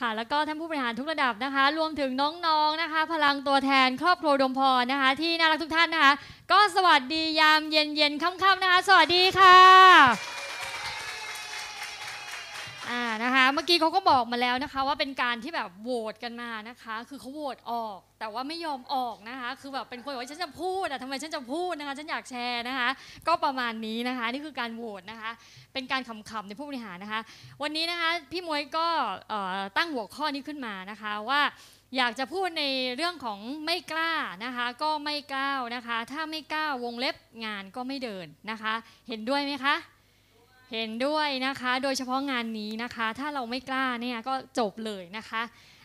ค่ะแล้วก็ท่านผู้บริหารทุกระดับนะคะรวมถึงน้องๆนะคะพลังตัวแทนครอบครัวอุดมพรนะคะที่น่ารักทุกท่านนะคะก็สวัสดียามเย็นๆค่ำๆนะคะสวัสดีค่ะนะคะเมื่อกี้เขาก็บอกมาแล้วนะคะว่าเป็นการที่แบบโหวตกันมานะคะคือเขาโหวตออกแต่ว่าไม่ยอมออกนะคะคือแบบเป็นคนบอกว่าฉันจะพูดทำไมฉันจะพูดนะคะฉันอยากแชร์นะคะก็ประมาณนี้นะคะนี่คือการโหวตนะคะเป็นการขำๆในผู้บริหารนะคะวันนี้นะคะพี่มวยก็ตั้งหัวข้อนี้ขึ้นมานะคะว่าอยากจะพูดในเรื่องของไม่กล้านะคะก็ไม่ก้าวนะคะถ้าไม่ก้าววงเล็บงานก็ไม่เดินนะคะเห็นด้วยไหมคะเห็นด้วยนะคะโดยเฉพาะงานนี้นะคะถ้าเราไม่กล้าเนี่ยก็จบเลยนะคะ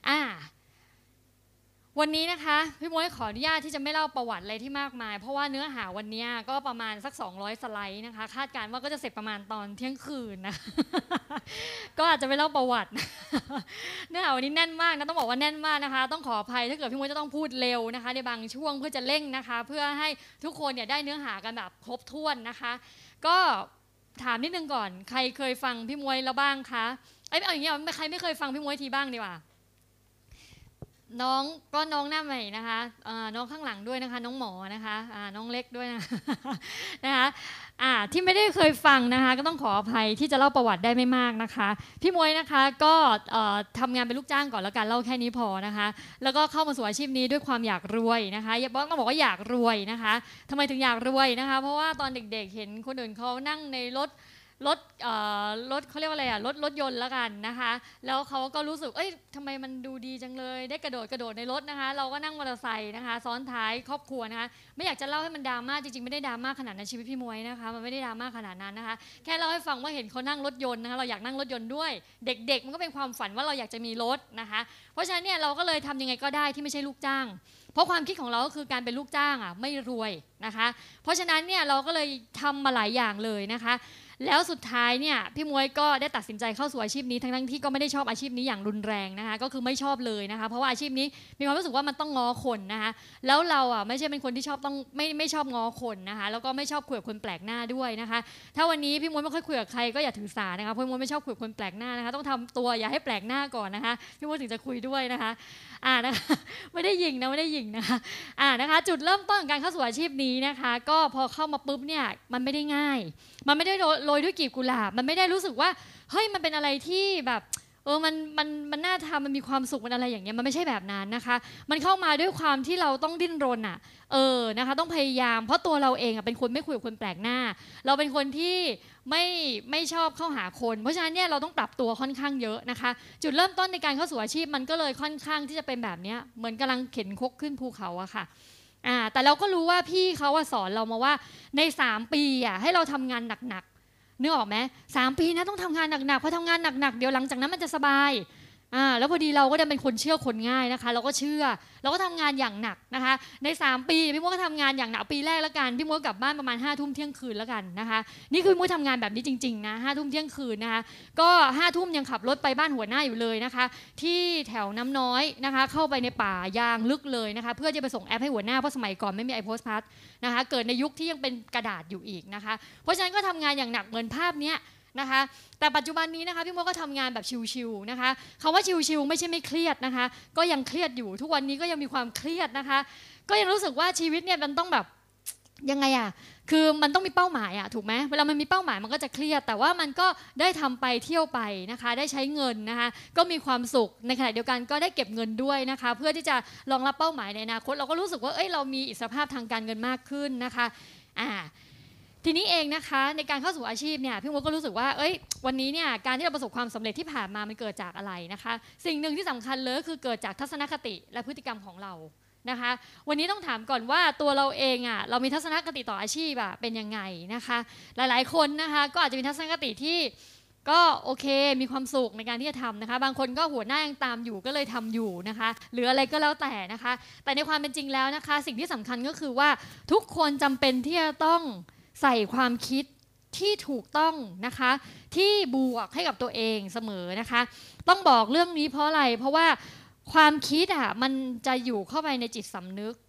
วันนี้นะคะพี่มวยขออนุญาตที่จะไม่เล่าประวัติอะไรที่มากมายเพราะว่าเนื้อหาวันนี้ก็ประมาณสัก200สไลด์นะคะคาดการณ์ว่าก็จะเสร็จประมาณตอนเที่ยงคืนนะ ก็อาจจะไม่เล่าประวัติเนื้อหาวันนี้แน่นมากนะต้องบอกว่าแน่นมากนะคะต้องขออภัยถ้าเกิดพี่มวยจะต้องพูดเร็วนะคะในบางช่วงเพื่อจะเร่งนะคะเพื่อให้ทุกคนเนี่ยได้เนื้อหากันแบบครบถ้วนนะคะก็ถามนิดนึงก่อนใครเคยฟังพี่มวยแล้วบ้างคะเอาอย่างเงี้ยใครไม่เคยฟังพี่มวยทีบ้างดีกว่าน้องก็น้องหน้าใหม่นะคะน้องข้างหลังด้วยนะคะน้องหมอนะคะน้องเล็กด้วยนะคะที่ไม่ได้เคยฟังนะคะก็ต้องขออภัยที่จะเล่าประวัติได้ไม่มากนะคะพี่มวยนะคะก็ทำงานเป็นลูกจ้างก่อนแล้วกันเล่าแค่นี้พอนะคะแล้วก็เข้ามาสู่อาชีพนี้ด้วยความอยากรวยนะคะต้องบอกว่าอยากรวยนะคะทำไมถึงอยากรวยนะคะเพราะว่าตอนเด็กๆเห็นคนอื่นเขานั่งในรถเขาเรียกว่าอะไรรถยนต์แล้วกันนะคะแล้วเขาก็รู้สึกทำไมมันดูดีจังเลยได้กระโดดในรถนะคะเราก็นั่งมอเตอร์ไซค์นะคะซ้อนท้ายครอบครัวนะคะไม่อยากจะเล่าให้มันดราม่าจริงๆไม่ได้ดราม่าขนาดนั้นชีวิตพี่มวยนะคะมันไม่ได้ดราม่าขนาดนั้นนะคะแค่เล่าให้ฟังว่าเห็นเขานั่งรถยนต์นะคะเราอยากนั่งรถยนต์ด้วยเด็กๆมันก็เป็นความฝันว่าเราอยากจะมีรถนะคะเพราะฉะนั้นเนี่ยเราก็เลยทำยังไงก็ได้ที่ไม่ใช่ลูกจ้างเพราะความคิดของเราก็คือการเป็นลูกจ้างไม่รวยนะคะเพราะฉะนั้นเนี่ยเราก็เลยทำมาหลายอย่างเลยนะคะแล้วสุดท้ายเนี่ยพี่มวยก็ได้ตัดสินใจเข้าสู่อาชีพนี้ทั้งที่ก็ไม่ได้ชอบอาชีพนี้อย่างรุนแรงนะคะก็คือไม่ชอบเลยนะคะเพราะว่าอาชีพนี้มีความรู้สึกว่ามันต้องง้อคนนะคะแล้วเราไม่ใช่เป็นคนที่ชอบต้องไม่ชอบง้อคนนะคะแล้วก็ไม่ชอบคุยกับคนแปลกหน้าด้วยนะคะถ้าวันนี้พี่มวยไม่ค่อยคุยกับใครก็อย่าถือสานะคะเพราะพี่มวยไม่ชอบคุยกับคนแปลกหน้านะคะต้องทำตัวอย่าให้แปลกหน้าก่อนนะคะพี่มวยถึงจะคุยด้วยนะคะนะคะไม่ได้ยิงนะคะนะคะจุดเริ่มต้นของการเข้าสู่อาชีพนี้นะคะก็พอเข้ามาปุ๊บเนี่ยมันไม่ได้ง่ายมันไม่ได้โรยด้วยกลีบกุหลาบมันไม่ได้รู้สึกว่าเฮ้ยมันเป็นอะไรที่แบบมันน่าทำมันมีความสุขมันอะไรอย่างเงี้ยมันไม่ใช่แบบนั้นนะคะมันเข้ามาด้วยความที่เราต้องดิ้นรนนะคะต้องพยายามเพราะตัวเราเองเป็นคนไม่คุยกับคนแปลกหน้าเราเป็นคนที่ไม่ชอบเข้าหาคนเพราะฉะนั้นเนี่ยเราต้องปรับตัวค่อนข้างเยอะนะคะจุดเริ่มต้นในการเข้าสู่อาชีพมันก็เลยค่อนข้างที่จะเป็นแบบนี้เหมือนกำลังเข็นคกขึ้นภูเขาอะค่ะแต่เราก็รู้ว่าพี่เขาสอนเรามาว่าใน3 ปีให้เราทำงานหนักนึกออกไหม3 ปีนะต้องทำงานหนักๆพอทำงานหนักๆเดี๋ยวหลังจากนั้นมันจะสบายแล้วพอดีเราก็ได้เป็นคนเชื่อคนง่ายนะคะเราก็เชื่อเราก็ทำงานอย่างหนักนะคะใน3 ปีพี่มวยก็ทำงานอย่างหนักปีแรกแล้วกันพี่มวยกลับบ้านประมาณ5 ทุ่มเที่ยงคืนแล้วกันนะคะนี่คือพี่มวยทำงานแบบนี้จริงๆนะ5 ทุ่มเที่ยงคืนนะคะก็5 ทุ่มยังขับรถไปบ้านหัวหน้าอยู่เลยนะคะที่แถวน้ำน้อยนะคะเข้าไปในป่ายางลึกเลยนะคะเพื่อจะไปส่งแอปให้หัวหน้าเพราะสมัยก่อนไม่มีiPostcardนะคะเกิดในยุคที่ยังเป็นกระดาษอยู่อีกนะคะเพราะฉะนั้นก็ทำงานอย่างหนักเหมือนภาพเนี้ยนะคะแต่ปัจจุบันนี้นะคะพี่มดก็ทำงานแบบชิวๆนะคะคำว่าชิวๆไม่ใช่ไม่เครียดนะคะก็ยังเครียดอยู่ทุกวันนี้ก็ยังมีความเครียดนะคะก็ยังรู้สึกว่าชีวิตเนี่ยมันต้องแบบยังไงคือมันต้องมีเป้าหมายถูกไหมเวลามันมีเป้าหมายมันก็จะเครียดแต่ว่ามันก็ได้ทำไปเที่ยวไปนะคะได้ใช้เงินนะคะก็มีความสุขในขณะเดียวกันก็ได้เก็บเงินด้วยนะคะเพื่อที่จะรองรับเป้าหมายในอนาคตเราก็รู้สึกว่าเรามีอิสรภาพทางการเงินมากขึ้นนะคะทีนี้เองนะคะในการเข้าสู่อาชีพเนี่ยพี่มดก็รู้สึกว่าวันนี้เนี่ยการที่เราประสบความสำเร็จที่ผ่านมามันเกิดจากอะไรนะคะสิ่งหนึ่งที่สำคัญเลยคือเกิดจากทัศนคติและพฤติกรรมของเรานะคะวันนี้ต้องถามก่อนว่าตัวเราเองเรามีทัศนคติต่ออาชีพเป็นยังไงนะคะหลายๆคนนะคะก็อาจจะมีทัศนคติที่ก็โอเคมีความสุขในการที่จะทำนะคะบางคนก็หัวหน้ายังตามอยู่ก็เลยทำอยู่นะคะหรืออะไรก็แล้วแต่นะคะแต่ในความเป็นจริงแล้วนะคะสิ่งที่สำคัญก็คือว่าทุกคนจำเป็นที่จะต้องใส่ความคิดที่ถูกต้องนะคะที่บวกให้กับตัวเองเสมอนะคะต้องบอกเรื่องนี้เพราะอะไรเพราะว่าความคิดมันจะอยู่เข้าไปในจิตสำนึก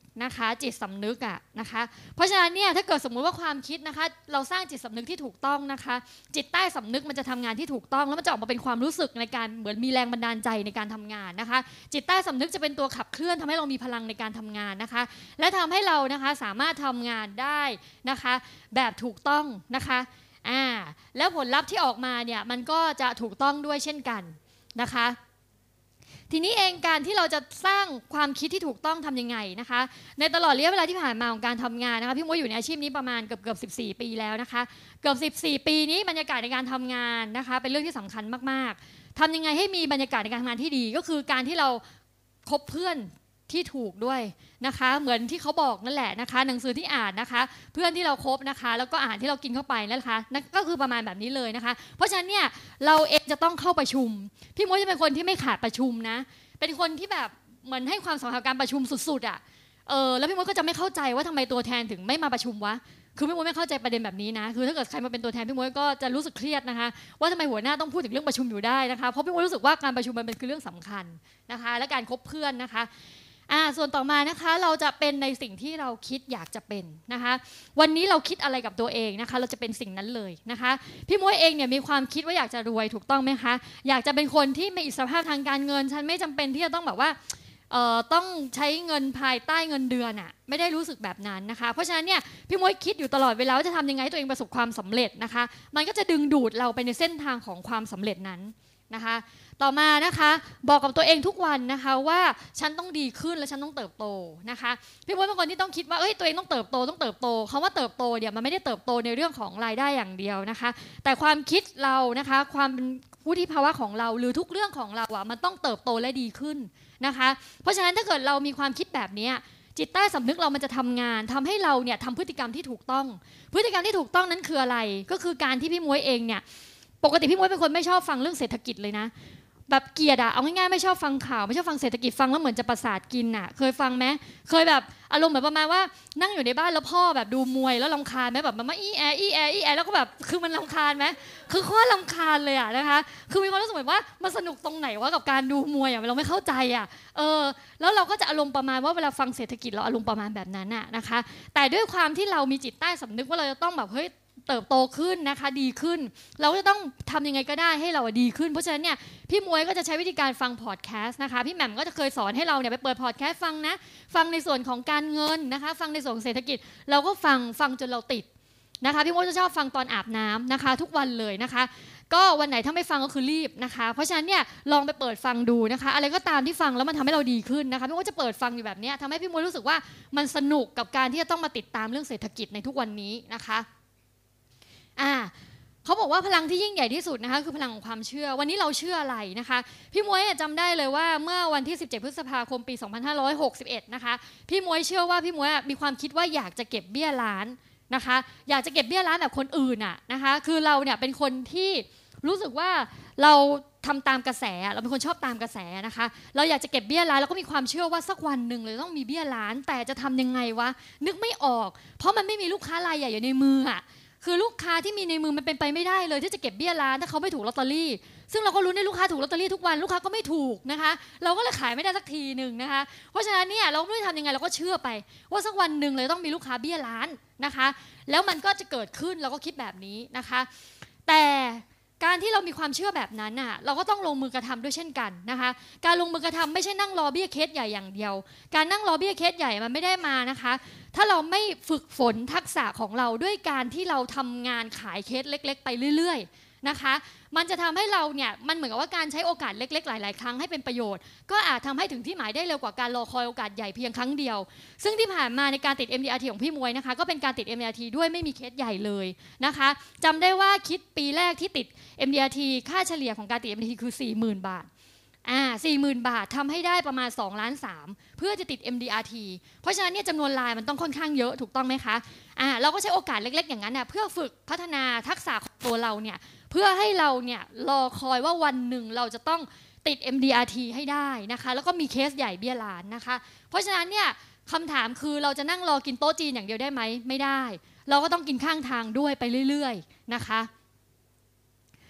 นะคะจิตสำนึกอะนะคะเพราะฉะนั้นเนี่ยถ้าเกิดสมมุติว่าความคิดนะคะเราสร้างจิตสำนึกที่ถูกต้องนะคะจิตใต้สำนึกมันจะทำงานที่ถูกต้องแล้วมันจะออกมาเป็นความรู้สึกในการเหมือนมีแรงบันดาลใจในการทำงานนะคะจิตใต้สำนึกจะเป็นตัวขับเคลื่อนทำให้เรามีพลังในการทำงานนะคะและทำให้เรานะคะสามารถทำงานได้นะคะแบบถูกต้องนะคะแล้วผลลัพธ์ที่ออกมาเนี่ยมันก็จะถูกต้องด้วยเช่นกันนะคะทีนี้เองการที่เราจะสร้างความคิดที่ถูกต้องทำยังไงนะคะในตลอดระยะเวลาที่ผ่านมาของการทำงานนะคะพี่มวยอยู่ในอาชีพนี้ประมาณเกือบ14 ปีแล้วนะคะเกือบ14 ปีนี้บรรยากาศในการทำงานนะคะเป็นเรื่องที่สำคัญมากๆทำยังไงให้มีบรรยากาศในการทำงานที่ดีก็คือการที่เราคบเพื่อนที่ถูกด้วยนะคะเหมือนที่เขาบอกนั่นแหละนะคะหนังสือที่อ่านนะคะเพื่อนที่เราคบนะคะแล้วก็อาหารที่เรากินเข้าไปนะคะนั่นก็คือประมาณแบบนี้เลยนะคะเพราะฉะนั้นเนี่ยเราเองจะต้องเข้าประชุมพี่มวยจะเป็นคนที่ไม่ขาดประชุมนะเป็นคนที่แบบเหมือนให้ความสำคัญกับการประชุมสุดๆอ่ะแล้วพี่มวยก็จะไม่เข้าใจว่าทำไมตัวแทนถึงไม่มาประชุมวะคือพี่มวยไม่เข้าใจประเด็นแบบนี้นะคือถ้าเกิดใครมาเป็นตัวแทนพี่มวยก็จะรู้สึกเครียดนะคะว่าทำไมหัวหน้าต้องพูดถึงเรื่องประชุมอยู่ได้นะคะเพราะพี่มวยรู้สึกว่าการประชุมมันเป็นคือเรื่องสำคัญนะคะและการคบเพื่อนนะคะส่วนต่อมานะคะเราจะเป็นในสิ่งที่เราคิดอยากจะเป็นนะคะวันนี้เราคิดอะไรกับตัวเองนะคะเราจะเป็นสิ่งนั้นเลยนะคะพี่มวยเองเนี่ยมีความคิดว่าอยากจะรวยถูกต้องไหมคะอยากจะเป็นคนที่มีอิสรภาพทางการเงินฉันไม่จำเป็นที่จะต้องแบบว่าต้องใช้เงินภายใต้เงินเดือนอะไม่ได้รู้สึกแบบนั้นนะคะเพราะฉะนั้นเนี่ยพี่มวยคิดอยู่ตลอดเวลาว่าจะทำยังไงให้ตัวเองประสบความสำเร็จนะคะมันก็จะดึงดูดเราไปในเส้นทางของความสำเร็จนั้นนะคะต่อมานะคะบอกกับตัวเองทุกวันนะคะว่าฉันต้องดีขึ้นและฉันต้องเติบโตนะคะพี่มวยเป็นคนที่ต้องคิดว่าตัวเองต้องเติบโตคำว่าเติบโตเนี่ยมันไม่ได้เติบโตในเรื่องของรายได้อย่างเดียวนะคะแต่ความคิดเรานะคะความเป็นวุฒิภาวะของเราหรือทุกเรื่องของเราอ่ะมันต้องเติบโตและดีขึ้นนะคะเพราะฉะนั้นถ้าเกิดเรามีความคิดแบบนี้จิตใต้สำนึกเรามันจะทำงานทำให้เราเนี่ยทำพฤติกรรมที่ถูกต้องพฤติกรรมที่ถูกต้องนั้นคืออะไรก็คือการที่พี่มวยเองเนี่ยปกติพี่มวยเป็นคนไม่ชอบฟังเรื่องเศรษฐกิจเลยนะแบบเกลียดเอาง่ายๆไม่ชอบฟังข่าวไม่ชอบฟังเศรษฐกิจฟังแล้วเหมือนจะประสาทกินเคยฟังไหมเคยแบบอารมณ์แบบประมาณว่านั่งอยู่ในบ้านแล้วพ่อแบบดูมวยแล้วรำคาญไหมแบบมันมาอีแอแล้วก็แบบคือมันรำคาญไหมคือข้อรำคาญเลยนะคะคือมีความรู้สึกแบบว่ามันสนุกตรงไหนวะกับการดูมวยเราไม่เข้าใจแล้วเราก็จะอารมณ์ประมาณว่าเวลาฟังเศรษฐกิจเราอารมณ์ประมาณแบบนั้นนะคะแต่ด้วยความที่เรามีจิตใต้สำนึกว่าเราจะต้องแบบเฮ้ยเติบโตขึ้นนะคะดีขึ้นเราจะต้องทำยังไงก็ได้ให้เราดีขึ้นเพราะฉะนั้นเนี่ยพี่มวยก็จะใช้วิธีการฟังพอดแคสต์นะคะพี่แหม่มก็จะเคยสอนให้เราเนี่ยไปเปิดพอดแคสต์ฟังนะฟังในส่วนของการเงินนะคะฟังในส่วนของเศรษฐกิจเราก็ฟังจนเราติดนะคะพี่มวยจะชอบฟังตอนอาบน้ำนะคะทุกวันเลยนะคะก็วันไหนถ้าไม่ฟังก็คือรีบนะคะเพราะฉะนั้นเนี่ยลองไปเปิดฟังดูนะคะอะไรก็ตามที่ฟังแล้วมันทำให้เราดีขึ้นนะคะพี่มวยจะเปิดฟังอยู่แบบนี้ทำให้พี่มวยรู้สึกว่ามันสนุกกับการที่จะต้องมาติดตามเรื่องเศรษฐกิจในทุกวันนี้นะคะเขาบอกว่าพลังที่ยิ่งใหญ่ที่สุดนะคะคือพลังของความเชื่อวันนี้เราเชื่ออะไรนะคะพี่มวยจำได้เลยว่าเมื่อวันที่17 พฤษภาคมปี 2561นะคะพี่มวยเชื่อว่าพี่มวยมีความคิดว่าอยากจะเก็บเบี้ยล้านนะคะอยากจะเก็บเบี้ยล้านแบบคนอื่นนะคะคือเราเนี่ยเป็นคนที่รู้สึกว่าเราทำตามกระแสเราเป็นคนชอบตามกระแสนะคะเราอยากจะเก็บเบี้ยล้านแล้วก็มีความเชื่อว่าสักวันหนึ่งเลยต้องมีเบี้ยล้านแต่จะทำยังไงวะนึกไม่ออกเพราะมันไม่มีลูกค้ารายใหญ่อยู่ในมือคือลูกค้าที่มีในมือมันเป็นไปไม่ได้เลยที่จะเก็บเบี้ยล้านถ้าเขาไม่ถูกลอตเตอรี่ซึ่งเราก็รู้ในลูกค้าถูกลอตเตอรี่ทุกวันลูกค้าก็ไม่ถูกนะคะเราก็เลยขายไม่ได้สักทีหนึ่งนะคะเพราะฉะนั้นเนี่ยเราไม่รู้จะทำยังไงเราก็เชื่อไปว่าสักวันหนึ่งเลยต้องมีลูกค้าเบี้ยล้านนะคะแล้วมันก็จะเกิดขึ้นเราก็คิดแบบนี้นะคะแต่การที่เรามีความเชื่อแบบนั้นเราก็ต้องลงมือกระทำด้วยเช่นกันนะคะการลงมือกระทำไม่ใช่นั่งรอเบี้ยเคสใหญ่อย่างเดียวการนั่งรอเบี้ยเคสใหญ่มันไม่ได้มานะคะถ้าเราไม่ฝึกฝนทักษะของเราด้วยการที่เราทำงานขายเคสเล็กๆไปเรื่อยๆนะคะมันจะทำให้เราเนี่ยมันเหมือนกับว่าการใช้โอกาสเล็กๆหลายๆครั้งให้เป็นประโยชน์ก็อาจทำให้ถึงที่หมายได้เร็วกว่าการรอคอยโอกาสใหญ่เพียงครั้งเดียวซึ่งที่ผ่านมาในการติด MDRT ของพี่มวยนะคะก็เป็นการติด MDRT ด้วยไม่มีเคสใหญ่เลยนะคะจำได้ว่าคิดปีแรกที่ติด MDRT ค่าเฉลี่ยของการติด MDRT คือ 40,000 บาท40,000 บาททำให้ได้ประมาณ2.3 ล้านเพื่อจะติด MDRT เพราะฉะนั้นเนี่ยจำนวนลายมันต้องค่อนข้างเยอะถูกต้องไหมคะเราก็ใช้โอกาสเล็กๆอย่างนั้นเพื่อฝึกพัฒนาทักษะของตัวเราเนี่ยเพื่อให้เราเนี่ยรอคอยว่าวันหนึ่งเราจะต้องติด MDRT ให้ได้นะคะแล้วก็มีเคสใหญ่เบี้ยล้านนะคะเพราะฉะนั้นเนี่ยคำถามคือเราจะนั่งรอกินโต๊ะจีนอย่างเดียวได้ไหมไม่ได้เราก็ต้องกินข้างทางด้วยไปเรื่อยๆนะคะ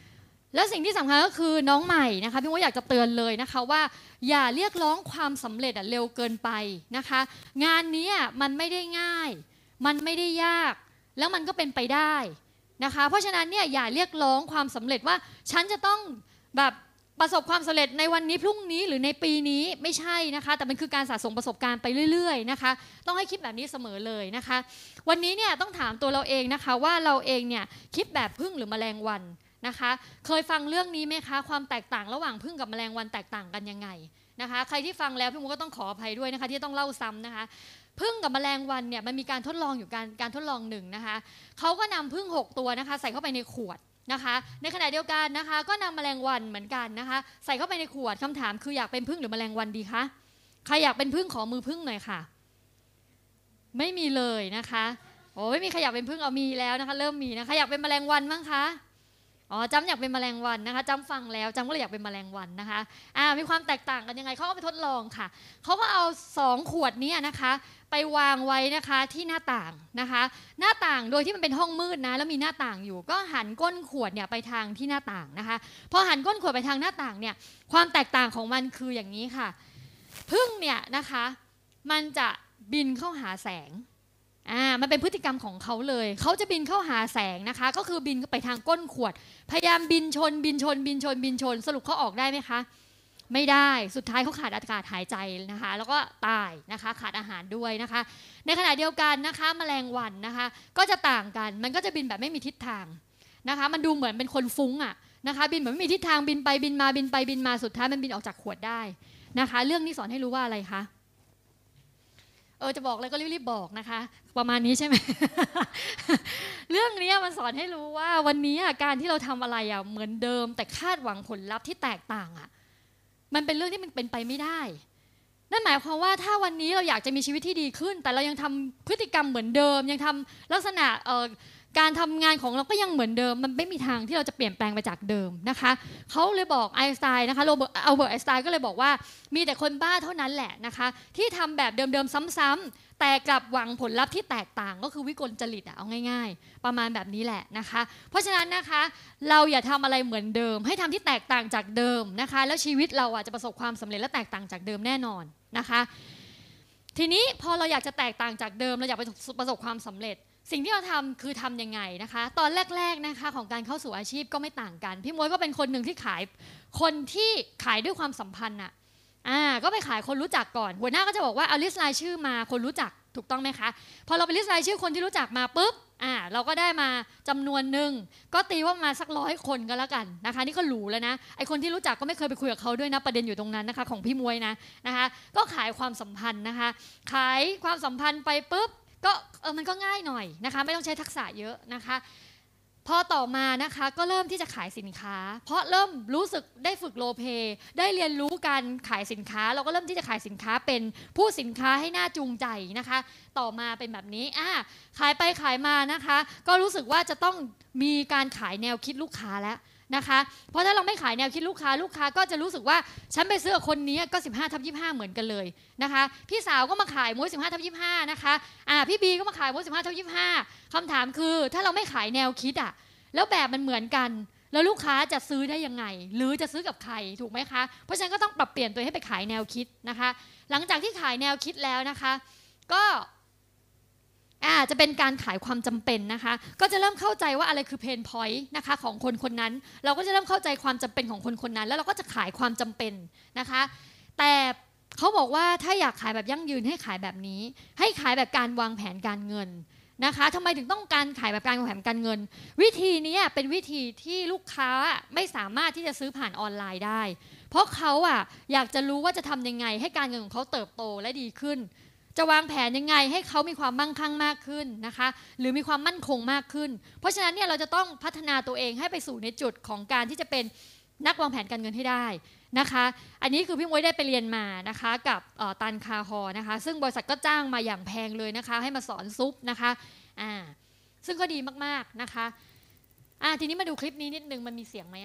แล้วสิ่งที่สำคัญก็คือน้องใหม่นะคะพี่ว่าอยากจะเตือนเลยนะคะว่าอย่าเรียกร้องความสำเร็จเร็วเกินไปนะคะงานนี้มันไม่ได้ง่ายมันไม่ได้ยากแล้วมันก็เป็นไปได้นะคะเพราะฉะนั้นเนี่ยอย่าเรียกร้องความสำเร็จว่าฉันจะต้องแบบประสบความสำเร็จในวันนี้พรุ่งนี้หรือในปีนี้ไม่ใช่นะคะแต่มันคือการสะสมประสบการณ์ไปเรื่อยๆนะคะต้องให้คิดแบบนี้เสมอเลยนะคะวันนี้เนี่ยต้องถามตัวเราเองนะคะว่าเราเองเนี่ยคิดแบบผึ้งหรือแมลงวันนะคะเคยฟังเรื่องนี้ไหมคะความแตกต่างระหว่างผึ้งกับแมลงวันแตกต่างกันยังไงนะคะใครที่ฟังแล้วพี่มูก็ต้องขออภัยด้วยนะคะที่ต้องเล่าซ้ำนะคะผึ้งกับแมลงวันเนี่ยมันมีการทดลองอยู่การทดลองหนึ่งนะคะเขาก็นำผึ้ง6ตัวนะคะใส่เข้าไปในขวดนะคะในขณะเดียวกันนะคะก็นำแมลงวันเหมือนกันนะคะใส่เข้าไปในขวดคำถามคืออยากเป็นผึ้งหรือแมลงวันดีคะใครอยากเป็นผึ้งขอมือผึ้งหน่อยค่ะไม่มีเลยนะคะโอ้ไม่มีใครอยากเป็นผึ้งเอามีแล้วนะคะเริ่มมีนะคะอยากเป็นแมลงวันมั้งคะอ๋อจำอยากเป็นแมลงวันนะคะจำฟังแล้วจำก็เลยอยากเป็นแมลงวันนะคะมีความแตกต่างกันยังไงเขาก็ไปทดลองค่ะเขาก็เอา2ขวดนี้นะคะไปวางไว้นะคะที่หน้าต่างนะคะหน้าต่างโดยที่มันเป็นห้องมืดนะแล้วมีหน้าต่างอยู่ก็หันก้นขวดเนี่ยไปทางที่หน้าต่างนะคะพอหันก้นขวดไปทางหน้าต่างเนี่ยความแตกต่างของมันคืออย่างนี้ค่ะผึ้งเนี่ยนะคะมันจะบินเข้าหาแสงมันเป็นพฤติกรรมของเขาเลยเขาจะบินเข้าหาแสงนะคะก็คือบินไปทางก้นขวดพยายามบินชนสรุปเขาออกได้ไหมคะไม่ได้สุดท้ายเขาขาดอากาศหายใจนะคะแล้วก็ตายนะคะขาดอาหารด้วยนะคะในขณะเดียวกันนะคะแมลงวันนะคะก็จะต่างกันมันก็จะบินแบบไม่มีทิศทางนะคะมันดูเหมือนเป็นคนฟุ้งนะคะบินแบบไม่มีทิศทางบินไปบินมาสุดท้ายมันบินออกจากขวดได้นะคะเรื่องนี้สอนให้รู้ว่าอะไรคะจะบอกอะไรก็รีบๆบอกนะคะประมาณนี้ใช่ไหม เรื่องนี้มันสอนให้รู้ว่าวันนี้การที่เราทำอะไรเหมือนเดิมแต่คาดหวังผลลัพธ์ที่แตกต่างมันเป็นเรื่องที่มันเป็นไปไม่ได้นั่นหมายความว่าถ้าวันนี้เราอยากจะมีชีวิตที่ดีขึ้นแต่เรายังทำพฤติกรรมเหมือนเดิมยังทำลักษณะการทำงานของเราก็ยังเหมือนเดิมมันไม่มีทางที่เราจะเปลี่ยนแปลงไปจากเดิมนะคะเขาเลยบอกไอน์สไตน์นะคะอัลเบิร์ตไอน์สไตน์ก็เลยบอกว่ามีแต่คนบ้าเท่านั้นแหละนะคะที่ทำแบบเดิมๆซ้ำๆแต่กลับหวังผลลัพธ์ที่แตกต่างก็คือวิกลจริตเอาง่ายๆประมาณแบบนี้แหละนะคะเพราะฉะนั้นนะคะเราอย่าทำอะไรเหมือนเดิมให้ทำที่แตกต่างจากเดิมนะคะแล้วชีวิตเราจะประสบความสำเร็จและแตกต่างจากเดิมแน่นอนนะคะทีนี้พอเราอยากจะแตกต่างจากเดิมเราอยากประสบความสำเร็จสิ่งที่เราทำคือทำยังไงนะคะตอนแรกๆนะคะของการเข้าสู่อาชีพก็ไม่ต่างกันพี่มวยก็เป็นคนหนึ่งที่ขายด้วยความสัมพันธ์ก็ไปขายคนรู้จักก่อนหัวหน้าก็จะบอกว่าเอาลิสต์รายชื่อมาคนรู้จักถูกต้องไหมคะพอเราไปลิสต์รายชื่อคนที่รู้จักมาปุ๊บเราก็ได้มาจำนวนหนึ่งก็ตีว่ามาสัก100 คนก็แล้วกันนะคะนี่ก็หรูแล้วนะไอคนที่รู้จักก็ไม่เคยไปคุยกับเขาด้วยนะประเด็นอยู่ตรงนั้นนะคะของพี่มวยนะคะก็ขายความสัมพันธ์นะคะขายความสัมพันธ์ไปปุ๊บก็มันก็ง่ายหน่อยนะคะไม่ต้องใช้ทักษะเยอะนะคะพอต่อมานะคะก็เริ่มที่จะขายสินค้าเพราะเริ่มรู้สึกได้ฝึกโรลเพลย์ได้เรียนรู้การขายสินค้าเราก็เริ่มที่จะขายสินค้าเป็นผู้สินค้าให้น่าจูงใจนะคะต่อมาเป็นแบบนี้ขายไปขายมานะคะก็รู้สึกว่าจะต้องมีการขายแนวคิดลูกค้าแล้วนะคะเพราะถ้าเราไม่ขายแนวคิดลูกค้าก็จะรู้สึกว่าฉันไปซื้อกับคนนี้ก็15/25เหมือนกันเลยนะคะพี่สาวก็มาขายม้วย15/25นะคะพี่บีก็มาขายม้วย15/25คำถามคือถ้าเราไม่ขายแนวคิดแล้วแบบมันเหมือนกันแล้วลูกค้าจะซื้อได้ยังไงหรือจะซื้อกับใครถูกไหมคะเพราะฉะนั้นก็ต้องปรับเปลี่ยนตัวให้ไปขายแนวคิดนะคะหลังจากที่ขายแนวคิดแล้วนะคะก็จะเป็นการขายความจำเป็นนะคะก็จะเริ่มเข้าใจว่าอะไรคือเพนพอยต์นะคะของคนคนนั้นเราก็จะเริ่มเข้าใจความจำเป็นของคนคนนั้นแล้วเราก็จะขายความจำเป็นนะคะแต่เขาบอกว่าถ้าอยากขายแบบยั่งยืนให้ขายแบบนี้ให้ขายแบบการวางแผนการเงินนะคะทำไมถึงต้องการขายแบบการวางแผนการเงินวิธีนี้เป็นวิธีที่ลูกค้าไม่สามารถที่จะซื้อผ่านออนไลน์ได้เพราะเขาอยากจะรู้ว่าจะทำยังไงให้การเงินของเขาเติบโตและดีขึ้นจะวางแผนยังไงให้เขามีความมั่งคั่งมากขึ้นนะคะหรือมีความมั่นคงมากขึ้นเพราะฉะนั้นเนี่ยเราจะต้องพัฒนาตัวเองให้ไปสู่ในจุดของการที่จะเป็นนักวางแผนการเงินให้ได้นะคะอันนี้คือพี่มวยได้ไปเรียนมานะคะกับตันคาฮอนะคะซึ่งบริษัทก็จ้างมาอย่างแพงเลยนะคะให้มาสอนซุปนะคะซึ่งก็ดีมากๆนะคะทีนี้มาดูคลิปนี้นิดนึงมันมีเสียงไหม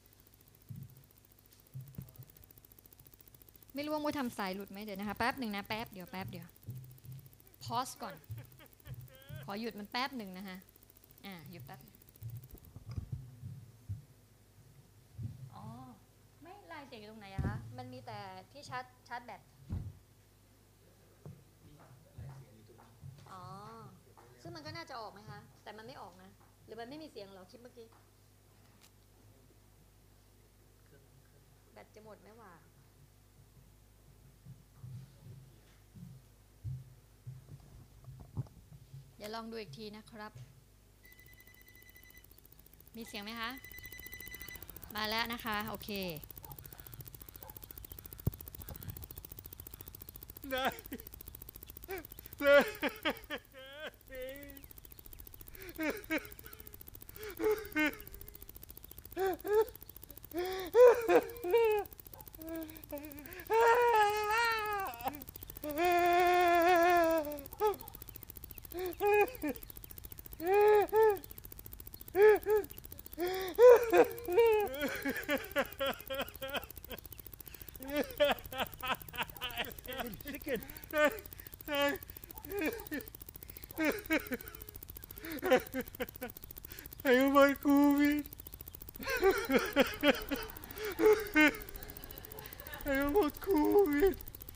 ไม่รู้ว่ามุ้ยทำสายหลุดไหมเดี๋ยวนะคะแป๊บหนึ่งนะแป๊บเดียวพอสก่อนขอหยุดมันแป๊บหนึ่งนะคะหยุดแป๊บเสียงอยู่ตรงไหนอะคะมันมีแต่ที่ชาร์จแบตอ๋อซึ่งมันก็น่าจะออกไหมคะแต่มันไม่ออกนะหรือมันไม่มีเสียงหรอคลิปเมื่อกี้แบตจะหมดไหมวะเดี๋ยวลองดูอีกทีนะครับมีเสียงไหมคะมาแล้วนะคะโอเค I want COVID. I want COVID.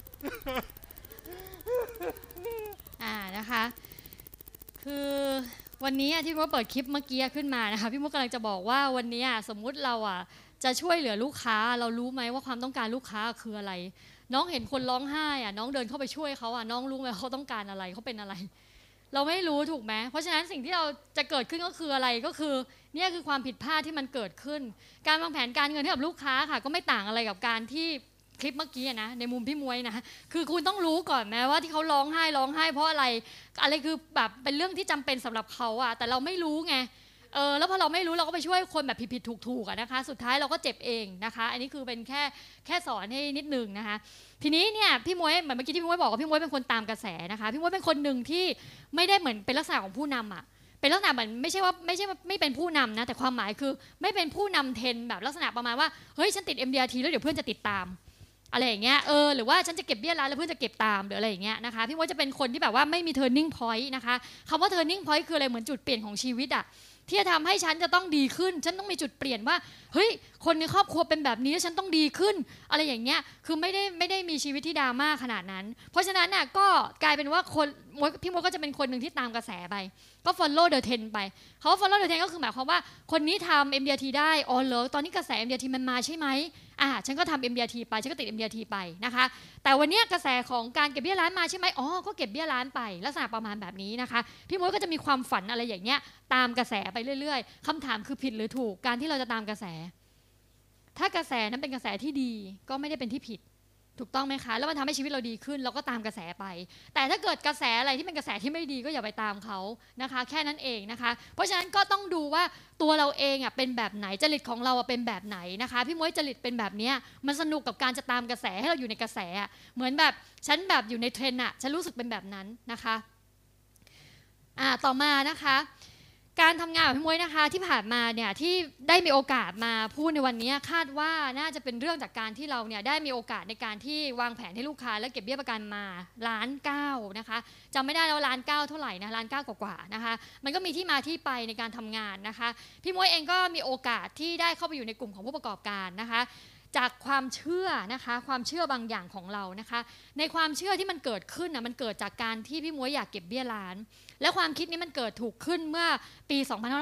นะคะคือวันนี้ที่พี่มดเปิดคลิปเมื่อกี้ขึ้นมานะคะพี่มดกำลังจะบอกว่าวันนี้สมมุติเราจะช่วยเหลือลูกค้าเรารู้ไหมว่าความต้องการลูกค้าคืออะไรน้องเห็นคนร้องไห้น้องเดินเข้าไปช่วยเขาน้องรู้ไหมเขาต้องการอะไรเขาเป็นอะไรเราไม่รู้ถูกไหมเพราะฉะนั้นสิ่งที่เราจะเกิดขึ้นก็คืออะไรก็คือเนี่ยคือความผิดพลาดที่มันเกิดขึ้นการวางแผนการเงินให้กับลูกค้าค่ะก็ไม่ต่างอะไรกับการที่คลิปเมื่อกี้นะในมุมพี่มวยนะคือคุณต้องรู้ก่อนแม้ว่าที่เขาร้องไห้เพราะอะไรคือแบบเป็นเรื่องที่จำเป็นสำหรับเขาแต่เราไม่รู้ไงแล้วพอเราไม่รู้เราก็ไปช่วยคนแบบผิดถูกนะคะสุดท้ายเราก็เจ็บเองนะคะอันนี้คือเป็นแค่สอนให้นิดนึงนะคะทีนี้เนี่ยพี่มวยเหมือนเมื่อกี้ที่พี่มวยบอกว่าพี่มวยเป็นคนตามกระแสนะคะพี่มวยเป็นคนหนึ่งที่ไม่ได้เหมือนเป็นลักษณะของผู้นำเป็นลักษณะเหมือนไม่ใช่ว่าไม่เป็นผู้นำนะแต่ความหมายคือไม่เป็นผู้นำเทรนแบบลักษณะประมาณว่าเฮ้ยฉันติด MDRT แล้วเดี๋ยวเพื่อนจะติดตามอะไรอย่างเงี้ยหรือว่าฉันจะเก็บเบี้ยร้านแล้วเพื่อนจะเก็บตามหรืออะไรอย่างเงี้ยนะคะพี่มวยจะเป็นคนที่แบบว่าไม่มี turning point นะคะคำว่า turning point คืออะไรเหมือนจุดเปลี่ยนของชีวิตที่จะทำให้ฉันจะต้องดีขึ้นฉันต้องมีจุดเปลี่ยนว่าเฮ้ยคนในครอบครัวเป็นแบบนี้ฉันต้องดีขึ้นอะไรอย่างเงี้ยคือไม่ได้มีชีวิตที่ดราม่าขนาดนั้นเพราะฉะนั้นก็กลายเป็นว่าพี่มดก็จะเป็นคนหนึ่งที่ตามกระแสไปก็ follow the trend ไปเขา follow the trend ก็คือหมายความว่าคนนี้ทำ MDRT ได้อ๋อเหรอตอนนี้กระแส MDRT มันมาใช่ไหมฉันก็ทำ MDRT ไปฉันก็ติด MDRT ไปนะคะแต่วันนี้กระแสของการเก็บเบี้ยร้านมาใช่ไหมอ๋อก็เก็บเบี้ยร้านไปลักษณะประมาณแบบนี้นะคะพี่มดก็จะมีความฝันอะไรอย่างเงี้ยตามกระแสไปเรื่อยๆคำถามคือผิดหรือถูกการที่เราจะตามกระแสถ้ากระแสนั้นเป็นกระแสที่ดีก็ไม่ได้เป็นที่ผิดถูกต้องไหมคะแล้วมันทำให้ชีวิตเราดีขึ้นเราก็ตามกระแสไปแต่ถ้าเกิดกระแสอะไรที่เป็นกระแสที่ไม่ดีก็อย่าไปตามเขานะคะแค่นั้นเองนะคะเพราะฉะนั้นก็ต้องดูว่าตัวเราเองเป็นแบบไหนจริตของเราเป็นแบบไหนนะคะพี่ม้วยจริตเป็นแบบนี้มันสนุกกับการจะตามกระแสให้เราอยู่ในกระแสเหมือนแบบฉันแบบอยู่ในเทรนด์ฉันรู้สึกเป็นแบบนั้นนะคะต่อมานะคะการทำงานของพี่ม้วยนะคะที่ผ่านมาเนี่ยที่ได้มีโอกาสมาพูดในวันนี้คาดว่าน่าจะเป็นเรื่องจากการที่เราเนี่ยได้มีโอกาสในการที่วางแผนให้ลูกค้าและเก็บเบี้ยประกันมา1,900,000นะคะจำไม่ได้แล้ว1,900,000เท่าไหร่นะ1,900,000กว่านะคะมันก็มีที่มาที่ไปในการทำงานนะคะพี่ม้วยเองก็มีโอกาสที่ได้เข้าไปอยู่ในกลุ่มของผู้ประกอบการนะคะจากความเชื่อนะคะความเชื่อบางอย่างของเรานะคะในความเชื่อที่มันเกิดขึ้นมันเกิดจากการที่พี่ม้วยอยากเก็บเบี้ยล้านและความคิดนี้มันเกิดถูกขึ้นเมื่อปี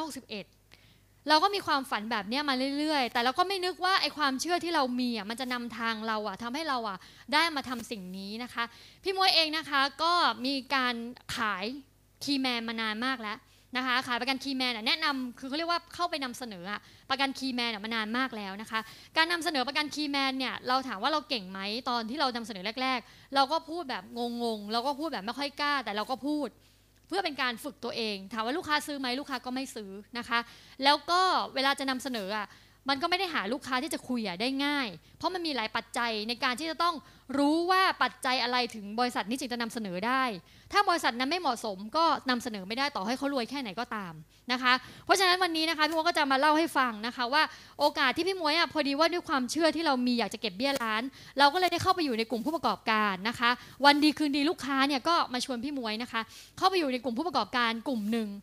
2561เราก็มีความฝันแบบนี้มาเรื่อยๆแต่เราก็ไม่นึกว่าไอ้ความเชื่อที่เรามีมันจะนำทางเราทำให้เราได้มาทำสิ่งนี้นะคะพี่ม้วยเองนะคะก็มีการขายคีย์แมนมานานมากแล้วนะคะขายประกันคีย์แมนแนะนำคือเขาเรียกว่าเข้าไปนำเสนอประกันคีย์แมนมานานมากแล้วนะคะการนำเสนอประกันคีย์แมนเนี่ยเราถามว่าเราเก่งไหมตอนที่เรานำเสนอแรกๆเราก็พูดแบบงงๆเราก็พูดแบบไม่ค่อยกล้าแต่เราก็พูดเพื่อเป็นการฝึกตัวเองถามว่าลูกค้าซื้อไหมลูกค้าก็ไม่ซื้อนะคะแล้วก็เวลาจะนำเสนอมันก็ไม่ได้หาลูกค้าที่จะคุยได้ง่ายเพราะมันมีหลายปัจจัยในการที่จะต้องรู้ว่าปัจจัยอะไรถึงบริษัทนี้จึงจะนำเสนอได้ถ้าบริษัทนั้นไม่เหมาะสมก็นำเสนอไม่ได้ต่อให้เขารวยแค่ไหนก็ตามนะคะเพราะฉะนั้นวันนี้นะคะพี่มวยก็จะมาเล่าให้ฟังนะคะว่าโอกาสที่พี่มวยพอดีว่าด้วยความเชื่อที่เรามีอยากจะเก็บเบี้ยล้านเราก็เลยได้เข้าไปอยู่ในกลุ่มผู้ประกอบการนะคะวันดีคืนดีลูกค้าเนี่ยก็มาชวนพี่มวยนะคะเข้าไปอยู่ในกลุ่มผู้ประกอบการกลุ่มหนึ่ง